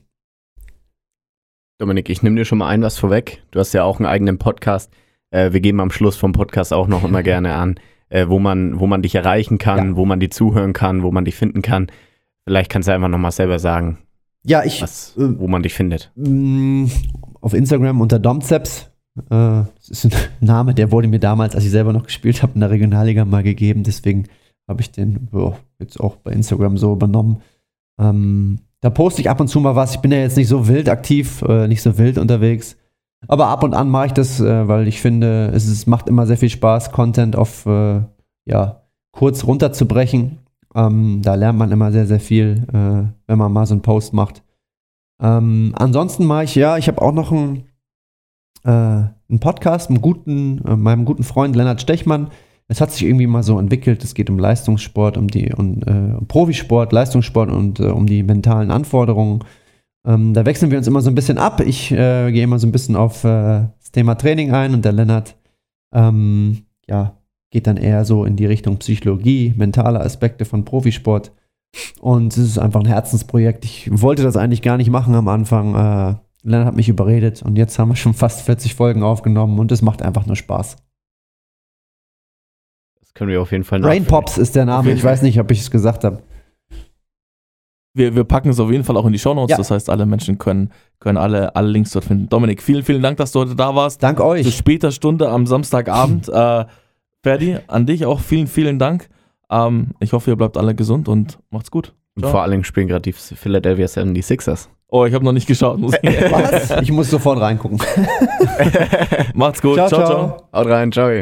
Dominik, ich nehme dir schon mal ein was vorweg. Du hast ja auch einen eigenen Podcast. Äh, wir geben am Schluss vom Podcast auch noch immer gerne an, äh, wo man, wo man dich erreichen kann,
Ja.
wo man dir zuhören kann, wo man dich finden kann. Vielleicht kannst du einfach nochmal selber sagen,
Ja, ich
was,
äh,
wo man dich findet.
Mm, auf Instagram unter Domzeps. Äh, das ist ein Name, der wurde mir damals, als ich selber noch gespielt habe, in der Regionalliga mal gegeben. Deswegen habe ich den oh, jetzt auch bei Instagram so übernommen. Ähm, da poste ich ab und zu mal was. Ich bin ja jetzt nicht so wild aktiv, äh, nicht so wild unterwegs. Aber ab und an mache ich das, äh, weil ich finde, es ist, macht immer sehr viel Spaß, Content auf äh, ja, kurz runterzubrechen. Ähm, da lernt man immer sehr, sehr viel, äh, wenn man mal so einen Post macht. Ähm, ansonsten mache ich, ja, ich habe auch noch einen, äh, einen Podcast mit guten, äh, meinem guten Freund Lennart Stechmann. Es hat sich irgendwie mal so entwickelt, es geht um Leistungssport, um die um, äh, um Profisport, Leistungssport und äh, um die mentalen Anforderungen. Ähm, da wechseln wir uns immer so ein bisschen ab. Ich äh, gehe immer so ein bisschen auf äh, das Thema Training ein und der Lennart ähm, ja, geht dann eher so in die Richtung Psychologie, mentale Aspekte von Profisport. Und es ist einfach ein Herzensprojekt. Ich wollte das eigentlich gar nicht machen am Anfang. Äh, Lennart hat mich überredet und jetzt haben wir schon fast vierzig Folgen aufgenommen und es macht einfach nur Spaß.
Das können wir auf jeden Fall
Brain Pops ist der Name. Ich weiß nicht, ob ich es gesagt habe.
Wir, wir packen es auf jeden Fall auch in die Shownotes.
Ja.
Das heißt, alle Menschen können, können alle, alle Links dort finden. Dominik, vielen, vielen Dank, dass du heute da warst.
Dank
Zu
euch.
später Stunde am Samstagabend. äh, Ferdi, an dich auch vielen, vielen Dank. Ähm, ich hoffe, ihr bleibt alle gesund und macht's gut.
Und
Ciao.
vor allem spielen gerade die Philadelphia seventy-sixers.
Oh, ich habe noch nicht geschaut. Muss ich
Was? Ich muss sofort reingucken.
Macht's gut.
Ciao,
ciao.
ciao.
ciao.
Haut rein, ciao.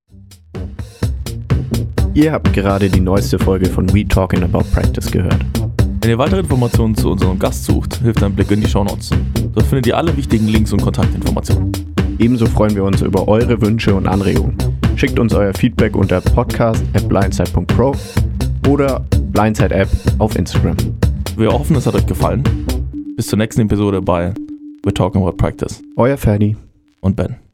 Ihr habt gerade die neueste Folge von We Talking About Practice gehört.
Wenn ihr weitere Informationen zu unserem Gast sucht, hilft ein Blick in die Shownotes. Dort findet ihr alle wichtigen Links und Kontaktinformationen.
Ebenso freuen wir uns über eure Wünsche und Anregungen. Schickt uns euer Feedback unter podcast at blindside punkt pro oder Blindside App auf Instagram.
Wir hoffen, es hat euch gefallen. Bis zur nächsten Episode bei We're Talking About Practice
Euer Ferdi
und Ben.